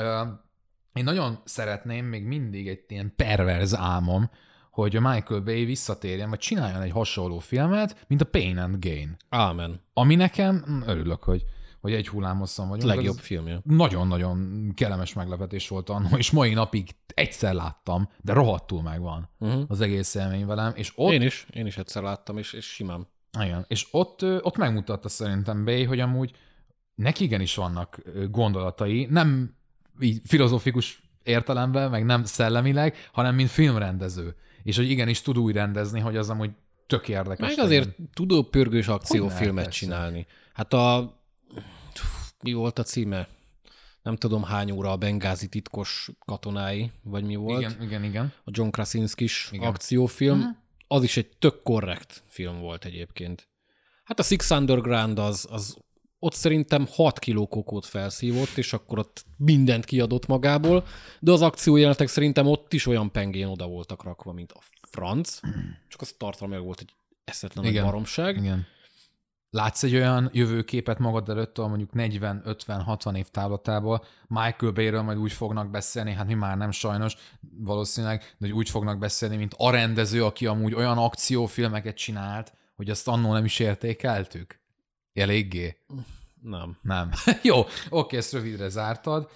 B: Én nagyon szeretném, még mindig egy ilyen perverz álmom, hogy a Michael Bay visszatérjen, vagy csináljon egy hasonló filmet, mint a Pain and Gain.
A: Ámen.
B: Ami nekem, örülök, hogy egy hullámhosszon vagyunk.
A: Legjobb filmje.
B: Nagyon-nagyon kellemes meglepetés volt annó, és mai napig egyszer láttam, de rohadtul megvan az egész élmény velem. És ott...
A: Én is egyszer láttam, és simán.
B: Igen, és ott megmutatta szerintem Bay, hogy amúgy neki igenis vannak gondolatai, nem így filozófikus értelemben, meg nem szellemileg, hanem mint filmrendező. És hogy igenis tud úgy rendezni, hogy az amúgy tök érdekes.
A: Meg azért tudó pörgős akciófilmet csinálni. Hát mi volt a címe? Nem tudom hány óra, a Bengázi titkos katonái, vagy mi volt?
B: Igen.
A: A John Krasinskis akciófilm. Az is egy tök korrekt film volt egyébként. Hát a Six Underground az ott szerintem 6 kiló kokót felszívott, és akkor ott mindent kiadott magából, de az akciójelenetek szerintem ott is olyan pengén oda voltak rakva, mint a franc. Csak az tartalmilag volt egy eszetlen nagy baromság.
B: Igen. Látsz egy olyan jövőképet magad előtt, ahol mondjuk 40, 50, 60 év távlatából Michael Bay-ről majd úgy fognak beszélni, hát mi már nem sajnos, valószínűleg, de hogy úgy fognak beszélni, mint a rendező, aki amúgy olyan akciófilmeket csinált, hogy azt annól nem is értékeltük? Eléggé? Nem. Jó, oké, ezt rövidre zártad.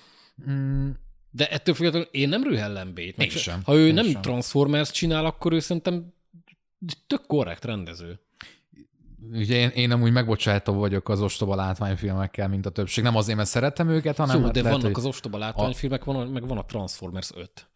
A: De ettől függetlenül én nem rühellem Bay-t.
B: Én sem.
A: Ha ő nem Transformers csinál, akkor ő szerintem tök korrekt rendező.
B: Ugye én amúgy megbocsájtó vagyok az ostoba látványfilmekkel, mint a többség. Nem azért, mert szeretem őket, hanem...
A: de lehet, vannak az ostoba látványfilmek, meg van a Transformers 5.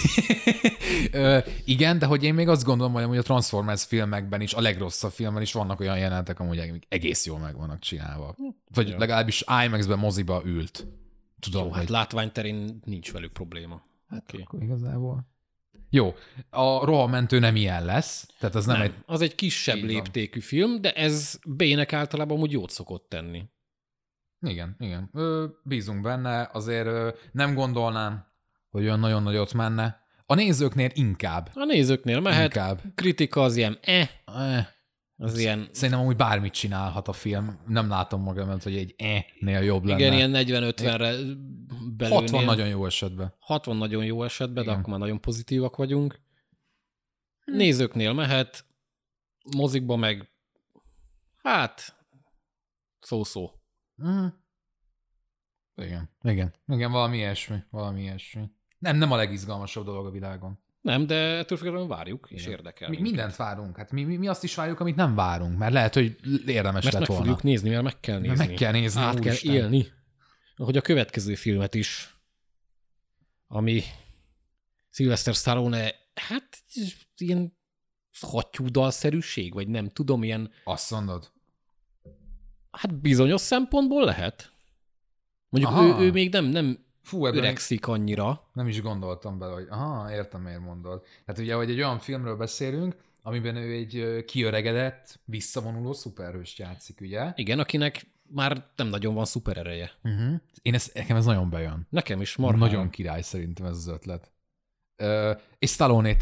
B: Igen, de hogy én még azt gondolom, hogy a Transformers filmekben is, a legrosszabb filmben is vannak olyan jelenetek, amúgy egész jól meg vannak csinálva. Vagy legalábbis IMAX-ben moziba ült. Tudom,
A: jó, hát látványterén nincs velük probléma.
B: Hát akkor igazából... Jó, a Rohamentő nem ilyen lesz, tehát az nem egy...
A: Az egy kisebb léptékű film, de ez Bay-nek általában úgy jót szokott tenni.
B: Igen. Bízunk benne, azért nem gondolnám, hogy olyan nagyon nagyot menne. A nézőknél inkább.
A: A nézőknél mehet, inkább. Kritika az ilyen az ilyen...
B: Szerintem amúgy bármit csinálhat a film. Nem látom magam, hogy egy nél jobb lenne.
A: Igen, ilyen 40-50-re belülnél.
B: 60 nagyon jó esetben.
A: 60 nagyon jó esetben, de akkor már nagyon pozitívak vagyunk. Nézőknél mehet, mozikba meg hát szó-szó.
B: Igen, valami ilyesmi. Nem a legizgalmasabb dolog a világon.
A: Nem, de ettől függetlenül várjuk, és érdekel minket.
B: Mindent várunk. Hát mi azt is várjuk, amit nem várunk, mert lehet, hogy érdemes lett volna.
A: Mert meg fogjuk nézni, mert meg kell nézni.
B: Meg kell nézni,
A: át kell élni. Hogy a következő filmet is, ami Sylvester Stallone, hát ilyen hattyúdalszerűség, vagy nem tudom, ilyen...
B: Azt mondod?
A: Hát bizonyos szempontból lehet. Mondjuk ő még nem öregszik annyira.
B: Nem is gondoltam bele, hogy értem, miért mondod. Tehát ugye, hogy egy olyan filmről beszélünk, amiben ő egy kiöregedett, visszavonuló szuperhőst játszik, ugye?
A: Igen, akinek már nem nagyon van szuperereje.
B: Nekem ez nagyon bejön.
A: Nekem is marha.
B: Nagyon király szerintem ez az ötlet. És Stallone-t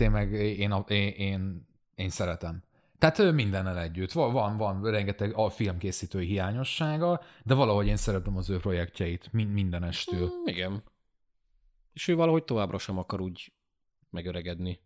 B: én szeretem. Tehát mindennel együtt. Van rengeteg a filmkészítői hiányossága, de valahogy én szeretem az ő projektjeit mindenestől.
A: Igen. És ő valahogy továbbra sem akar úgy megöregedni.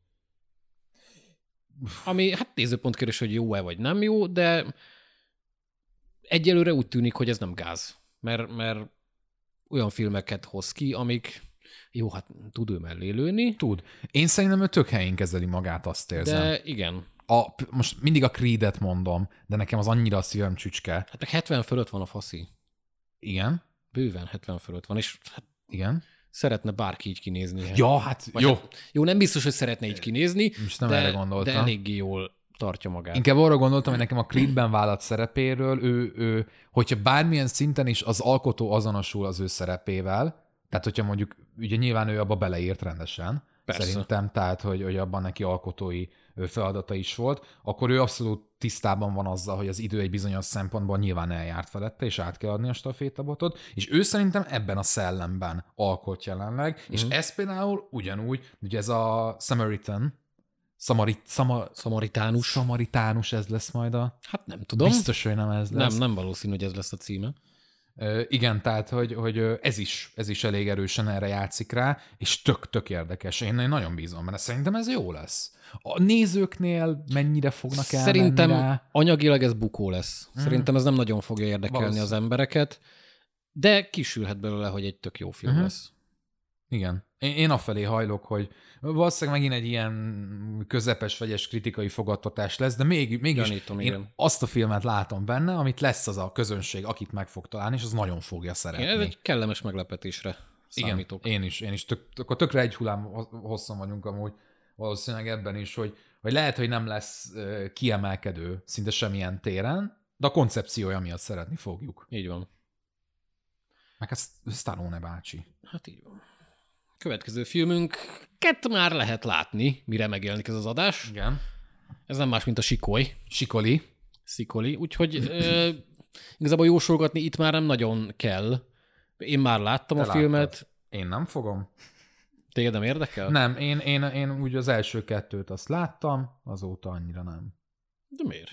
A: Ami hát nézőpont kérdés, hogy jó-e vagy nem jó, de egyelőre úgy tűnik, hogy ez nem gáz. Mert olyan filmeket hoz ki, amik jó, hát tud ő mellé lőni.
B: Tud. Én szerintem ő tök helyén kezeli magát, azt érzem.
A: De igen.
B: Most mindig a Creed-et mondom, de nekem az annyira a szívem csücske.
A: Hát meg 70 fölött van a faszi.
B: Igen?
A: Bőven 70 fölött van, és hát
B: igen?
A: Szeretne bárki így kinézni.
B: Ja, hát jó.
A: Hát, jó, nem biztos, hogy szeretne így kinézni,
B: most nem erre gondoltam.
A: De eléggé jól tartja magát.
B: Inkább arra gondoltam, hogy nekem a Creedben vállalt szerepéről, ő, hogyha bármilyen szinten is az alkotó azonosul az ő szerepével, tehát hogyha mondjuk, ugye nyilván ő abba beleírt rendesen, persze. Szerintem, tehát hogy abban neki alkotói feladata is volt, akkor ő abszolút tisztában van azzal, hogy az idő egy bizonyos szempontból nyilván eljárt felette, és át kell adni a stafétabotot, és ő szerintem ebben a szellemben alkot jelenleg, és ez például ugyanúgy, ugye ez a Szamaritánus ez lesz majd a...
A: Hát nem tudom.
B: Biztos, hogy nem ez lesz.
A: Nem valószínű, hogy ez lesz a címe.
B: Igen, tehát, hogy ez is elég erősen erre játszik rá, és tök érdekes. Én nagyon bízom benne. Szerintem ez jó lesz. A nézőknél mennyire fognak elmenni
A: Szerintem
B: rá?
A: anyagilag ez bukó lesz. Szerintem ez nem nagyon fogja érdekelni az embereket, de kisülhet belőle, hogy egy tök jó film lesz.
B: Igen. Én afelé hajlok, hogy valószínűleg megint egy ilyen közepes, vegyes kritikai fogadtatás lesz, de mégis
A: Gyanítom,
B: én azt a filmet látom benne, amit lesz az a közönség, akit meg fog találni, és az nagyon fogja szeretni.
A: Ez egy kellemes meglepetésre számítok.
B: Igen, én is. Akkor tökre egy hullám hosszon vagyunk amúgy valószínűleg ebben is, hogy lehet, hogy nem lesz kiemelkedő szinte semmilyen téren, de a koncepciója miatt szeretni fogjuk.
A: Így van.
B: Meg ez Stallone bácsi.
A: Hát így van. Következő filmünket már lehet látni, mire megjelenik ez az adás.
B: Igen.
A: Ez nem más, mint a Sikoly.
B: Szikoli.
A: Úgyhogy igazából jósolgatni itt már nem nagyon kell. Én már láttam a filmet.
B: Én nem fogom.
A: Téged nem érdekel?
B: Nem, én úgy az első kettőt azt láttam, azóta annyira nem.
A: De miért?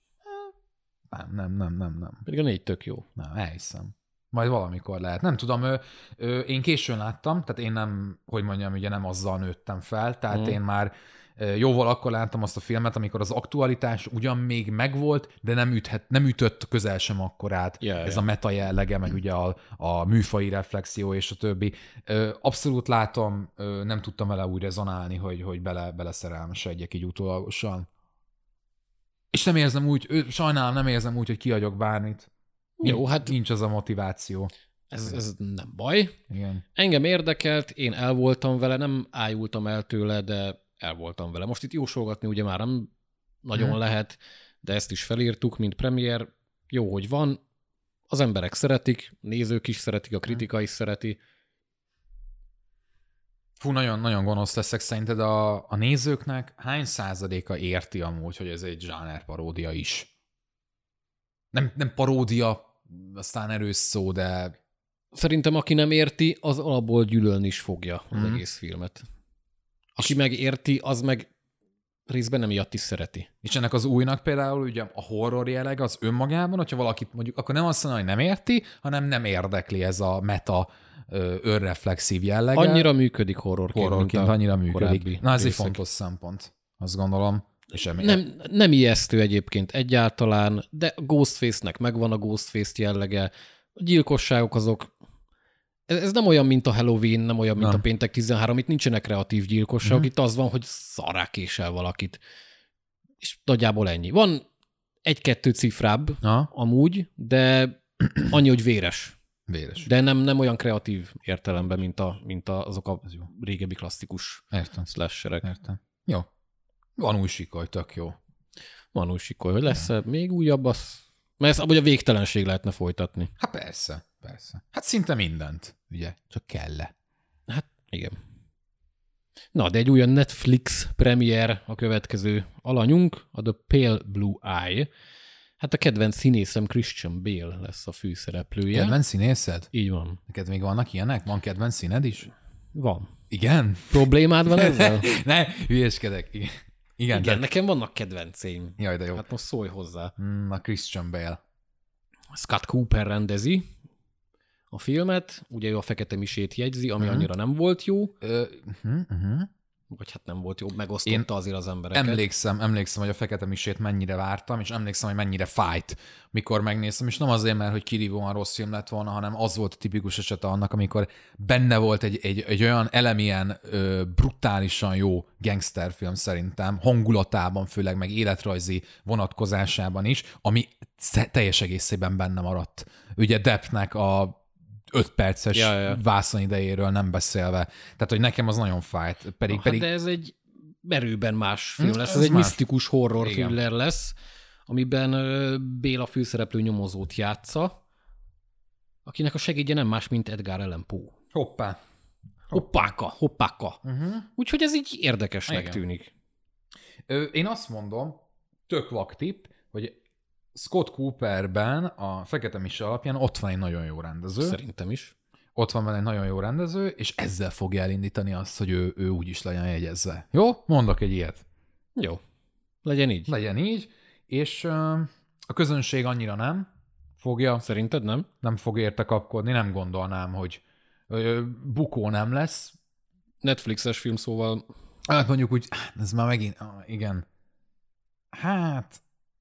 B: Nem.
A: Pedig a 4 tök jó.
B: Nem, elhiszem. Majd valamikor lehet. Nem tudom, én későn láttam, tehát én nem, hogy mondjam, ugye nem azzal nőttem fel, tehát én már jóval akkor láttam azt a filmet, amikor az aktualitás ugyan még megvolt, de nem ütött közel sem akkorát. Ez a meta jellege, meg ugye a műfaji reflexió és a többi. Abszolút látom, nem tudtam vele úgy rezonálni, hogy beleszerelmesedjek így utólagosan. És nem érzem úgy, sajnálom, nem érzem úgy, hogy kihagyok bármit.
A: Jó, hát
B: nincs az a motiváció.
A: Ez nem baj.
B: Igen.
A: Engem érdekelt, én el voltam vele, nem ájultam el tőle, de el voltam vele. Most itt jósolgatni ugye már nem nagyon lehet, de ezt is felírtuk, mint premier. Jó, hogy van. Az emberek szeretik, a nézők is szeretik, a kritika is szereti.
B: Fú, nagyon gonosz leszek. Szerinted a nézőknek hány százaléka érti amúgy, hogy ez egy zsáner paródia is? Nem paródia, aztán erős szó, de...
A: Szerintem aki nem érti, az alapból gyűlölni is fogja az egész filmet. Aki meg érti, az meg részben nem ilyet is szereti.
B: És ennek az újnak például ugye a horror jelleg az önmagában, hogyha valakit mondjuk, akkor nem azt mondja, hogy nem érti, hanem nem érdekli ez a meta önreflexív jellege.
A: Annyira működik horrorként
B: annyira működik.
A: Korábbi
B: Na, ez egy fontos szempont, azt gondolom. És
A: nem ijesztő egyébként egyáltalán, de Ghostface-nek megvan a Ghostface jellege. A gyilkosságok azok ez nem olyan, mint a Halloween, nem olyan, mint a Péntek 13, itt nincsenek kreatív gyilkosságok, itt az van, hogy szarrá késel valakit. És nagyjából ennyi. Van egy-kettő cifrább amúgy, de annyi, hogy véres.
B: Véres.
A: De nem olyan kreatív értelemben, mint azok a régebbi klasszikus slasherek.
B: Értem. Jó. Van új sikoly, tök jó.
A: Van új sikoly, hogy lesz még újabb, mert ezt amúgy a végtelenség lehetne folytatni.
B: Hát persze. Hát szinte mindent, ugye? Csak kell-e.
A: Hát igen. Na, de egy olyan Netflix premier a következő alanyunk, a The Pale Blue Eye. Hát a kedvenc színészem Christian Bale lesz a főszereplője.
B: Kedvenc színészed?
A: Így van.
B: Neked még vannak ilyenek? Van kedvenc színed is?
A: Van.
B: Igen?
A: Problémád van ezzel?
B: Ne, hülyeskedek. Igen, de...
A: nekem vannak kedvenceim.
B: Jaj, de jó.
A: Hát most szólj hozzá.
B: A Christian Bale.
A: Scott Cooper rendezi a filmet, ugye ő a Fekete Misét jegyzi, ami annyira nem volt jó. Vagy hát nem volt jó, megosztotta azért az embereket.
B: Emlékszem, hogy a Fekete Misét mennyire vártam, és emlékszem, hogy mennyire fájt, mikor megnéztem, és nem azért, mert hogy kirívóan rossz film lett volna, hanem az volt a tipikus esete annak, amikor benne volt egy olyan elemilyen brutálisan jó gangsterfilm szerintem, hangulatában, főleg meg életrajzi vonatkozásában is, ami teljes egészében benne maradt. Ugye Deppnek a 5 perces vászon idejéről nem beszélve. Tehát, hogy nekem az nagyon fájt. Pedig...
A: De ez egy merőben más film lesz. Ez egy misztikus horror thriller lesz, amiben Béla főszereplő nyomozót játsza, akinek a segédje nem más, mint Edgar Allan Poe. Hoppáka. Úgyhogy ez így érdekesnek tűnik.
B: Én azt mondom, tök vaktipp, hogy Scott Cooperben a Fekete Mise alapján ott van egy nagyon jó rendező.
A: Szerintem is.
B: Ott van vele egy nagyon jó rendező, és ezzel fogja elindítani azt, hogy ő úgy is legyen jegyezve. Jó? Mondok egy ilyet.
A: Jó. Legyen így.
B: És a közönség annyira nem fogja.
A: Szerinted nem?
B: Nem fog érte kapkodni, nem gondolnám, hogy bukó nem lesz.
A: Netflixes film, szóval...
B: Hát mondjuk úgy, ez már megint, igen. Hát...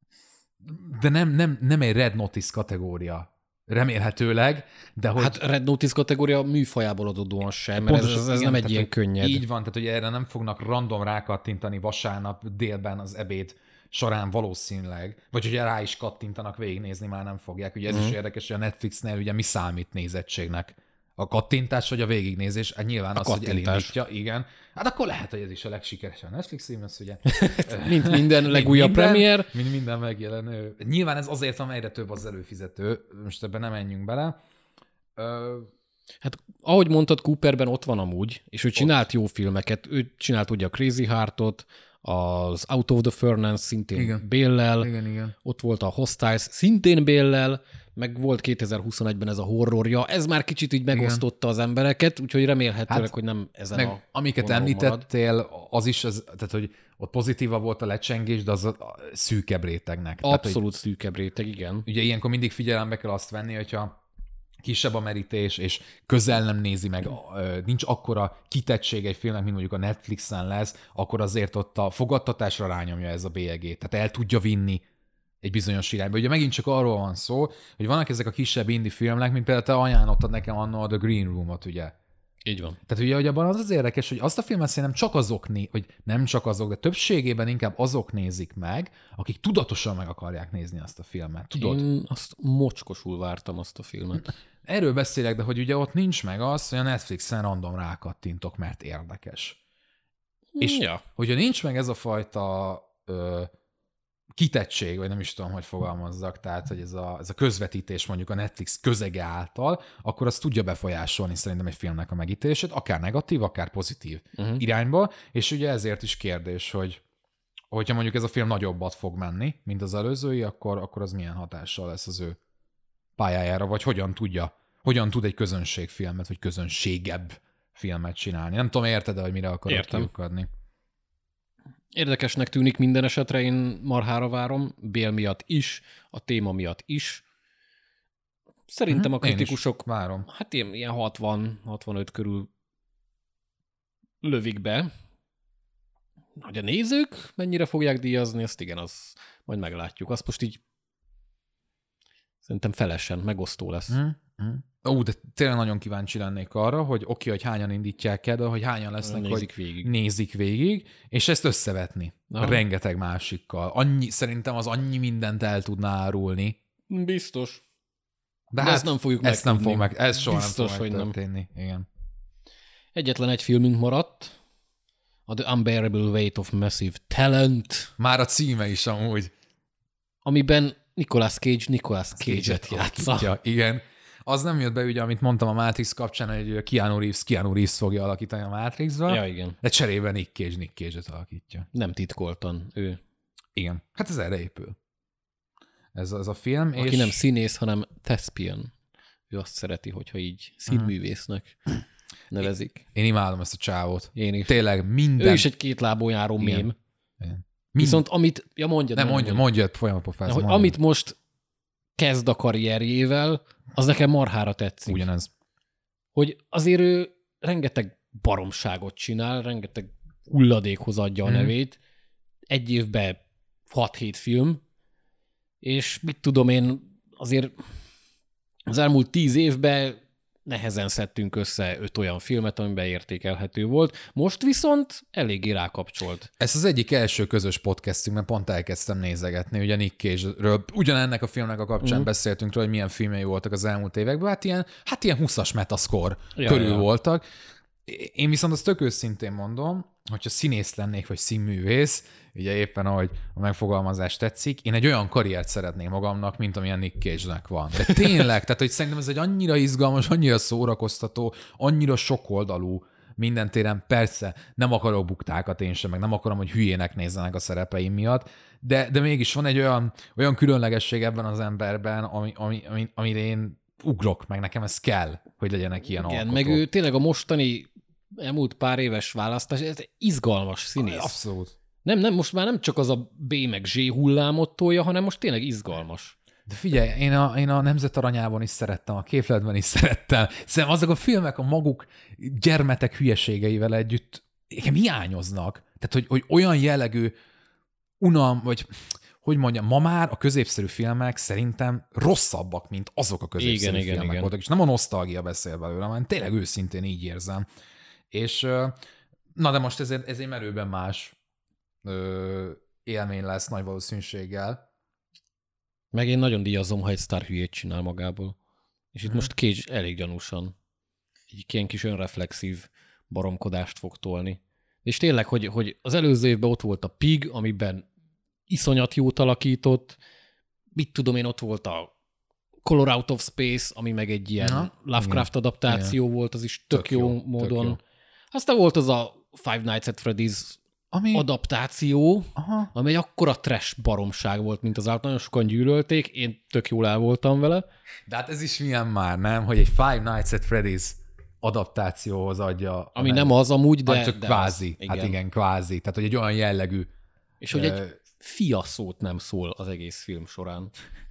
B: De nem egy Red Notice kategória. Remélhetőleg, de hogy...
A: Hát Red Notice kategória műfajából adódóan sem, mert ez nem egy ilyen könnyed.
B: Így van, tehát hogy erre nem fognak random rákattintani vasárnap délben az ebéd során valószínűleg, vagy hogyha rá is kattintanak, végignézni már nem fogják. Ugye ez is érdekes, hogy a Netflixnél ugye mi számít nézettségnek? A kattintás vagy a végignézés? Hát nyilván az, hogy elindítja, igen. Hát akkor lehet, hogy ez is a legsikeresebb Netflix film lesz, ugye?
A: Mint minden legújabb premier.
B: Mint minden megjelenő. Nyilván ez azért van, egyre több az előfizető. Most ebben nem menjünk bele.
A: Hát ahogy mondtad, Cooperben ott van amúgy, és ő csinált jó filmeket. Ő csinált ugye a Crazy Heartot, az Out of the Furnace szintén Bale-lel.
B: Igen.
A: Ott volt a Hostiles szintén Bale-lel, meg volt 2021-ben ez a horrorja. Ez már kicsit így megosztotta az embereket, úgyhogy remélhetőleg, hogy nem ezen meg a
B: amiket említettél, marad. Az is, tehát hogy ott pozitíva volt a lecsengés, de az a szűkebb rétegnek.
A: Abszolút
B: tehát,
A: szűkebb réteg, igen.
B: Ugye ilyenkor mindig figyelembe kell azt venni, hogyha kisebb a merítés, és közel nem nézi meg, nincs akkora kitettség egy filmnek, mint mondjuk a Netflixen lesz, akkor azért ott a fogadtatásra rányomja ez a bélyegét. Tehát el tudja vinni egy bizonyos irányba. Ugye megint csak arról van szó, hogy vannak ezek a kisebb indie filmnek, mint például te ajánlottad nekem annól a The Green Room-ot, ugye?
A: Így van.
B: Tehát ugye, hogy abban az érdekes, hogy azt a filmet szerintem csak azok, vagy nem csak azok, de többségében inkább azok nézik meg, akik tudatosan meg akarják nézni azt a filmet. Tudod?
A: Én azt mocskosul vártam, azt a filmet.
B: Erről beszélek, de hogy ugye ott nincs meg az, hogy a Netflixen random rákattintok, mert érdekes. És hogyha nincs meg ez a fajta kitettség, vagy nem is tudom, hogy fogalmazzak, tehát hogy ez a közvetítés mondjuk a Netflix közege által, akkor az tudja befolyásolni szerintem egy filmnek a megítélését, akár negatív, akár pozitív irányba, és ugye ezért is kérdés, hogyha mondjuk ez a film nagyobbat fog menni, mint az előzői, akkor az milyen hatással lesz az ő pályájára, vagy hogyan tud egy közönségfilmet, vagy közönségebb filmet csinálni. Nem tudom, érted, hogy mire akarok kiukadni.
A: Érdekesnek tűnik minden esetre, én marhára várom, Bale miatt is, a téma miatt is. Szerintem a kritikusok
B: várom.
A: Hát ilyen 60-65 körül lövik be. Hogy a nézők mennyire fogják díjazni, azt igen, az majd meglátjuk. Azt most így szerintem felesen, megosztó lesz.
B: De tényleg nagyon kíváncsi lennék arra, hogy hogy hányan indítják el, de hogy hányan lesznek, nézik végig, és ezt összevetni. Rengeteg másikkal. Szerintem az annyi mindent el tudná árulni.
A: Biztos.
B: De hát ezt nem fogjuk megtudni. Ez soha biztos, nem fog megtörténni. Igen.
A: Egyetlen egy filmünk maradt, a The Unbearable Weight of Massive Talent.
B: Már a címe is amúgy.
A: Amiben Nicolas Cage-et játsza.
B: Igen. Az nem jött be, ugye, amit mondtam a Matrix kapcsán, hogy Keanu Reeves fogja alakítani a Matrixba.
A: Ja, igen.
B: De cserében Nick Cage-et alakítja.
A: Nem titkoltan ő.
B: Igen. Hát ez erre épül. Ez a film.
A: Aki nem színész, hanem thespian. Ő azt szereti, hogyha így színművésznek nevezik.
B: Én imádom ezt a csávót.
A: Én is.
B: Tényleg minden.
A: Ő is egy két lábon járó mém. Viszont amit... Ja,
B: mondjad, folyamatosan.
A: Amit most kezd a karrierjével, az nekem marhára tetszik.
B: Ugyanez.
A: Hogy azért ő rengeteg baromságot csinál, rengeteg hulladékhoz adja a nevét. Egy évben 6-7 film, és mit tudom én, azért az elmúlt 10 évben nehezen szedtünk össze 5 olyan filmet, amiben értékelhető volt. Most viszont eléggé rákapcsolt.
B: Ez az egyik első közös podcastünkben pont elkezdtem nézegetni, ugye Nick Cage-ről, ugyanennek a filmnek a kapcsán beszéltünk róla, hogy milyen filmei voltak az elmúlt években, hát ilyen 20-as metascore körül voltak. Én viszont azt tök őszintén mondom, hogyha színész lennék, vagy színművész, ugye éppen ahogy a megfogalmazás tetszik, én egy olyan karriert szeretnék magamnak, mint amilyen Nick Cage-nek van. De tényleg, tehát hogy szerintem ez egy annyira izgalmas, annyira szórakoztató, annyira sokoldalú minden téren. Persze nem akarok buktákat én sem, meg nem akarom, hogy hülyének nézzenek a szerepeim miatt, de mégis van egy olyan különlegesség ebben az emberben, amire én ugrok, meg nekem ez kell, hogy legyenek ilyen alkotók.
A: Meg ő tényleg a mostani elmúlt pár éves választás, ez izgalmas színész.
B: Abszolút.
A: Nem, most már nem csak az a B meg Z hullámot tolja, hanem most tényleg izgalmas.
B: De figyelj, én a Nemzet Aranyában is szerettem, a Képletben is szerettem. Szerintem azok a filmek a maguk gyermetek hülyeségeivel együtt nekem hiányoznak. Tehát, hogy olyan jellegű vagy hogy mondjam, ma már a középszerű filmek szerintem rosszabbak, mint azok a középszerű filmek voltak. És nem a nosztalgia beszél belőle, hanem tényleg őszintén így érzem. És na de most ez egy merőben más élmény lesz nagy valószínűséggel.
A: Meg én nagyon díjazom, ha egy sztár hülyét csinál magából. És itt most Cage elég gyanúsan egy ilyen kis önreflexív baromkodást fog tolni. És tényleg, hogy az előző évben ott volt a Pig, amiben iszonyat jót alakított. Mit tudom én, ott volt a Color Out of Space, ami meg egy ilyen Lovecraft adaptáció volt, az is tök jó módon. Jó. Aztán volt az a Five Nights at Freddy's adaptáció, ami egy akkora trash baromság volt, mint az állat. Nagyon sokan gyűlölték, én tök jól el voltam vele.
B: De hát ez is milyen már, nem? Hogy egy Five Nights at Freddy's adaptációhoz adja.
A: Ami nem az amúgy, de...
B: Csak kvázi.
A: Az,
B: hát igen, kvázi. Tehát, hogy egy olyan jellegű...
A: És hogy egy fia szót nem szól az egész film során.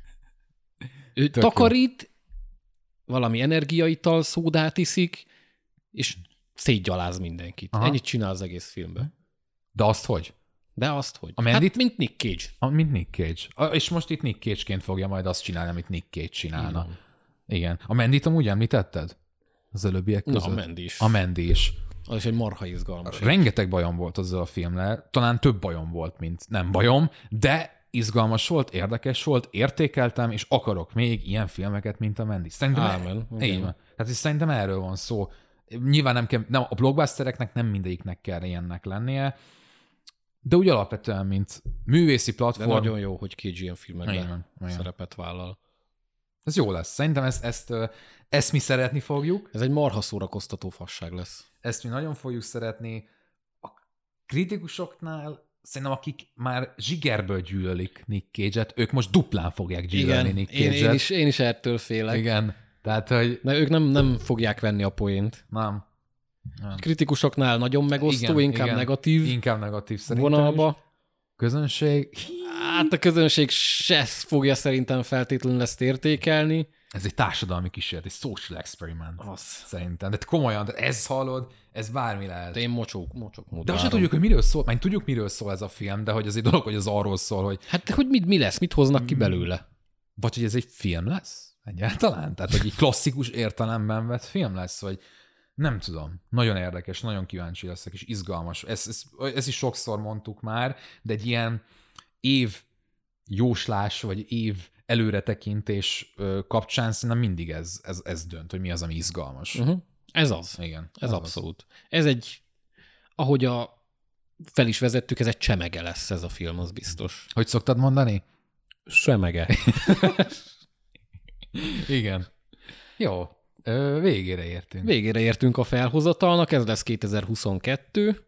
A: Ő takarít, valami energiaital szódát iszik, és szétgyaláz mindenkit. Ennyit csinál az egész filmben.
B: De azt hogy?
A: Hát, mint Nick Cage.
B: Mint Nick Cage. És most itt Nick Cage-ként fogja majd azt csinálni, amit Nick Cage csinálna. Igen. A Mandit amúgy említetted? Az előbbiek között?
A: A Mandy is. Az is egy marha izgalmas.
B: Rengeteg bajom volt azzal a filmmel. Talán több bajom volt, mint nem bajom, de izgalmas volt, érdekes volt, értékeltem, és akarok még ilyen filmeket, mint a Mandy. Szerintem erről van szó. Nyilván a blockbustereknek nem mindegyiknek kell ilyennek lennie, de úgy alapvetően, mint művészi platform...
A: De nagyon jó, hogy Cage ilyen filmekben szerepet vállal.
B: Ez jó lesz. Szerintem ezt mi szeretni fogjuk.
A: Ez egy marha szórakoztató fasság lesz.
B: Ezt mi nagyon fogjuk szeretni. A kritikusoknál szerintem, akik már zsigerből gyűlölik Nick Cage-et, ők most duplán fogják gyűlölni Nick Cage-et.
A: Én is ettől félek.
B: Igen. Tehát, hogy...
A: De ők nem fogják venni a poént.
B: Nem.
A: Kritikusoknál nagyon megosztó, inkább negatív.
B: Inkább negatív szerintem
A: vonalba.
B: Is. Közönség?
A: Hát a közönség se fogja szerintem feltétlenül ezt értékelni.
B: Ez egy társadalmi kísérlet, egy social experiment. Szerintem. De komolyan, de ez hallod, ez bármi lehet.
A: De én mocsok módon.
B: De azt sem tudjuk, hogy miről szól. Már tudjuk, miről szól ez a film, de hogy az egy dolog, hogy az arról szól, hogy...
A: Hát hogy mi lesz, mit hoznak ki belőle?
B: Vagy hogy ez egy film lesz? egyáltalán? Tehát, hogy egy klasszikus értelemben vett film lesz, vagy nem tudom. Nagyon érdekes, nagyon kíváncsi leszek, és izgalmas. Ezt is sokszor mondtuk már, de egy ilyen év jóslás, vagy év előretekintés kapcsán szerintem mindig ez dönt, hogy mi az, ami izgalmas.
A: Ez az.
B: Igen.
A: Ez abszolút. Ez egy, ahogy fel is vezettük, ez egy csemege lesz ez a film, az biztos.
B: Hogy szoktad mondani?
A: Semege.
B: Igen. Jó. Végére értünk.
A: Végére értünk a felhozatalnak, ez lesz 2022.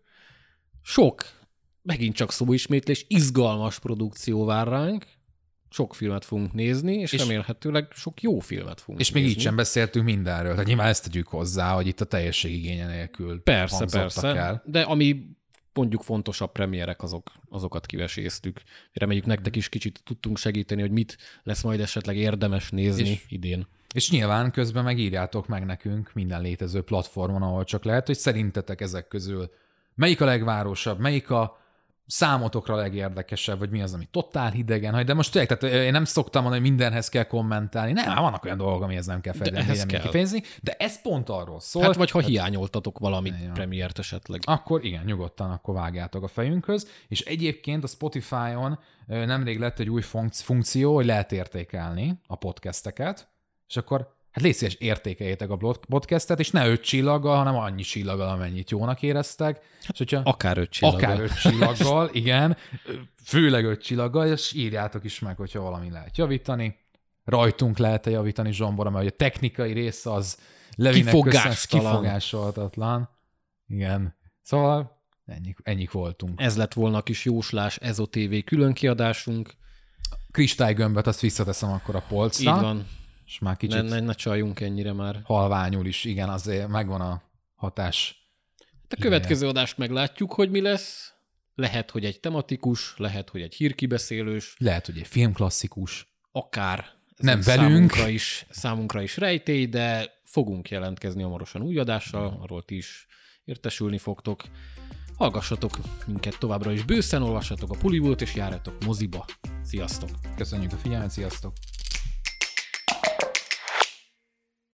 A: Megint csak szóismétlés, izgalmas produkció vár ránk. Sok filmet fogunk nézni, és remélhetőleg sok jó filmet fogunk nézni.
B: És még így sem beszéltünk mindenről. Tehát nyilván ezt tegyük hozzá, hogy itt a teljesség igénye nélkül
A: Persze.
B: El.
A: De ami mondjuk fontosabb premierek, azokat kiveséztük. Reméljük nektek is kicsit tudtunk segíteni, hogy mit lesz majd esetleg érdemes nézni idén.
B: És nyilván közben megírjátok meg nekünk minden létező platformon, ahol csak lehet, hogy szerintetek ezek közül melyik a legvárosabb, melyik a számotokra legérdekesebb, vagy mi az, ami totál hidegen hagy. De most tényleg, tehát én nem szoktam mondani, hogy mindenhez kell kommentálni. Nem, vannak olyan dolgok, amihez nem kell fejlődni, kifejezni, de ez pont arról szól.
A: Hát vagy ha hiányoltatok valami premiért esetleg.
B: Akkor igen, nyugodtan akkor vágjátok a fejünkhöz. És egyébként a Spotify-on nemrég lett egy új funkció, hogy lehet értékelni a podcasteket, és akkor hát légy szíves, értékeljétek a podcastet, és ne 5 csillaggal, hanem annyi csillaggal, amennyit jónak éreztek. És hogyha
A: akár 5 csillaggal.
B: Akár 5 csillaggal, igen. Főleg 5 csillaggal, és írjátok is meg, hogyha valami lehet javítani. Rajtunk lehet javítani, Zsombora, mert a technikai rész az Levinek kifogásolhatatlan. Igen. Szóval ennyik voltunk.
A: Ez lett volna a kis jóslás EZO TV különkiadásunk.
B: Kristálygömböt azt visszateszem akkor a polcra.
A: Így van.
B: És már kicsit
A: ne csaljunk ennyire már.
B: Halványul is, igen, azért megvan a hatás.
A: A következő adást meglátjuk, hogy mi lesz. Lehet, hogy egy tematikus, lehet, hogy egy hírkibeszélős.
B: Lehet, hogy egy filmklasszikus.
A: Akár.
B: Nem velünk.
A: Számunkra is rejtély, de fogunk jelentkezni hamarosan új adással, arról ti is értesülni fogtok. Hallgassatok minket továbbra is bőszen, olvassatok a Puliwood, és járjatok moziba. Sziasztok!
B: Köszönjük a figyelmet, sziasztok!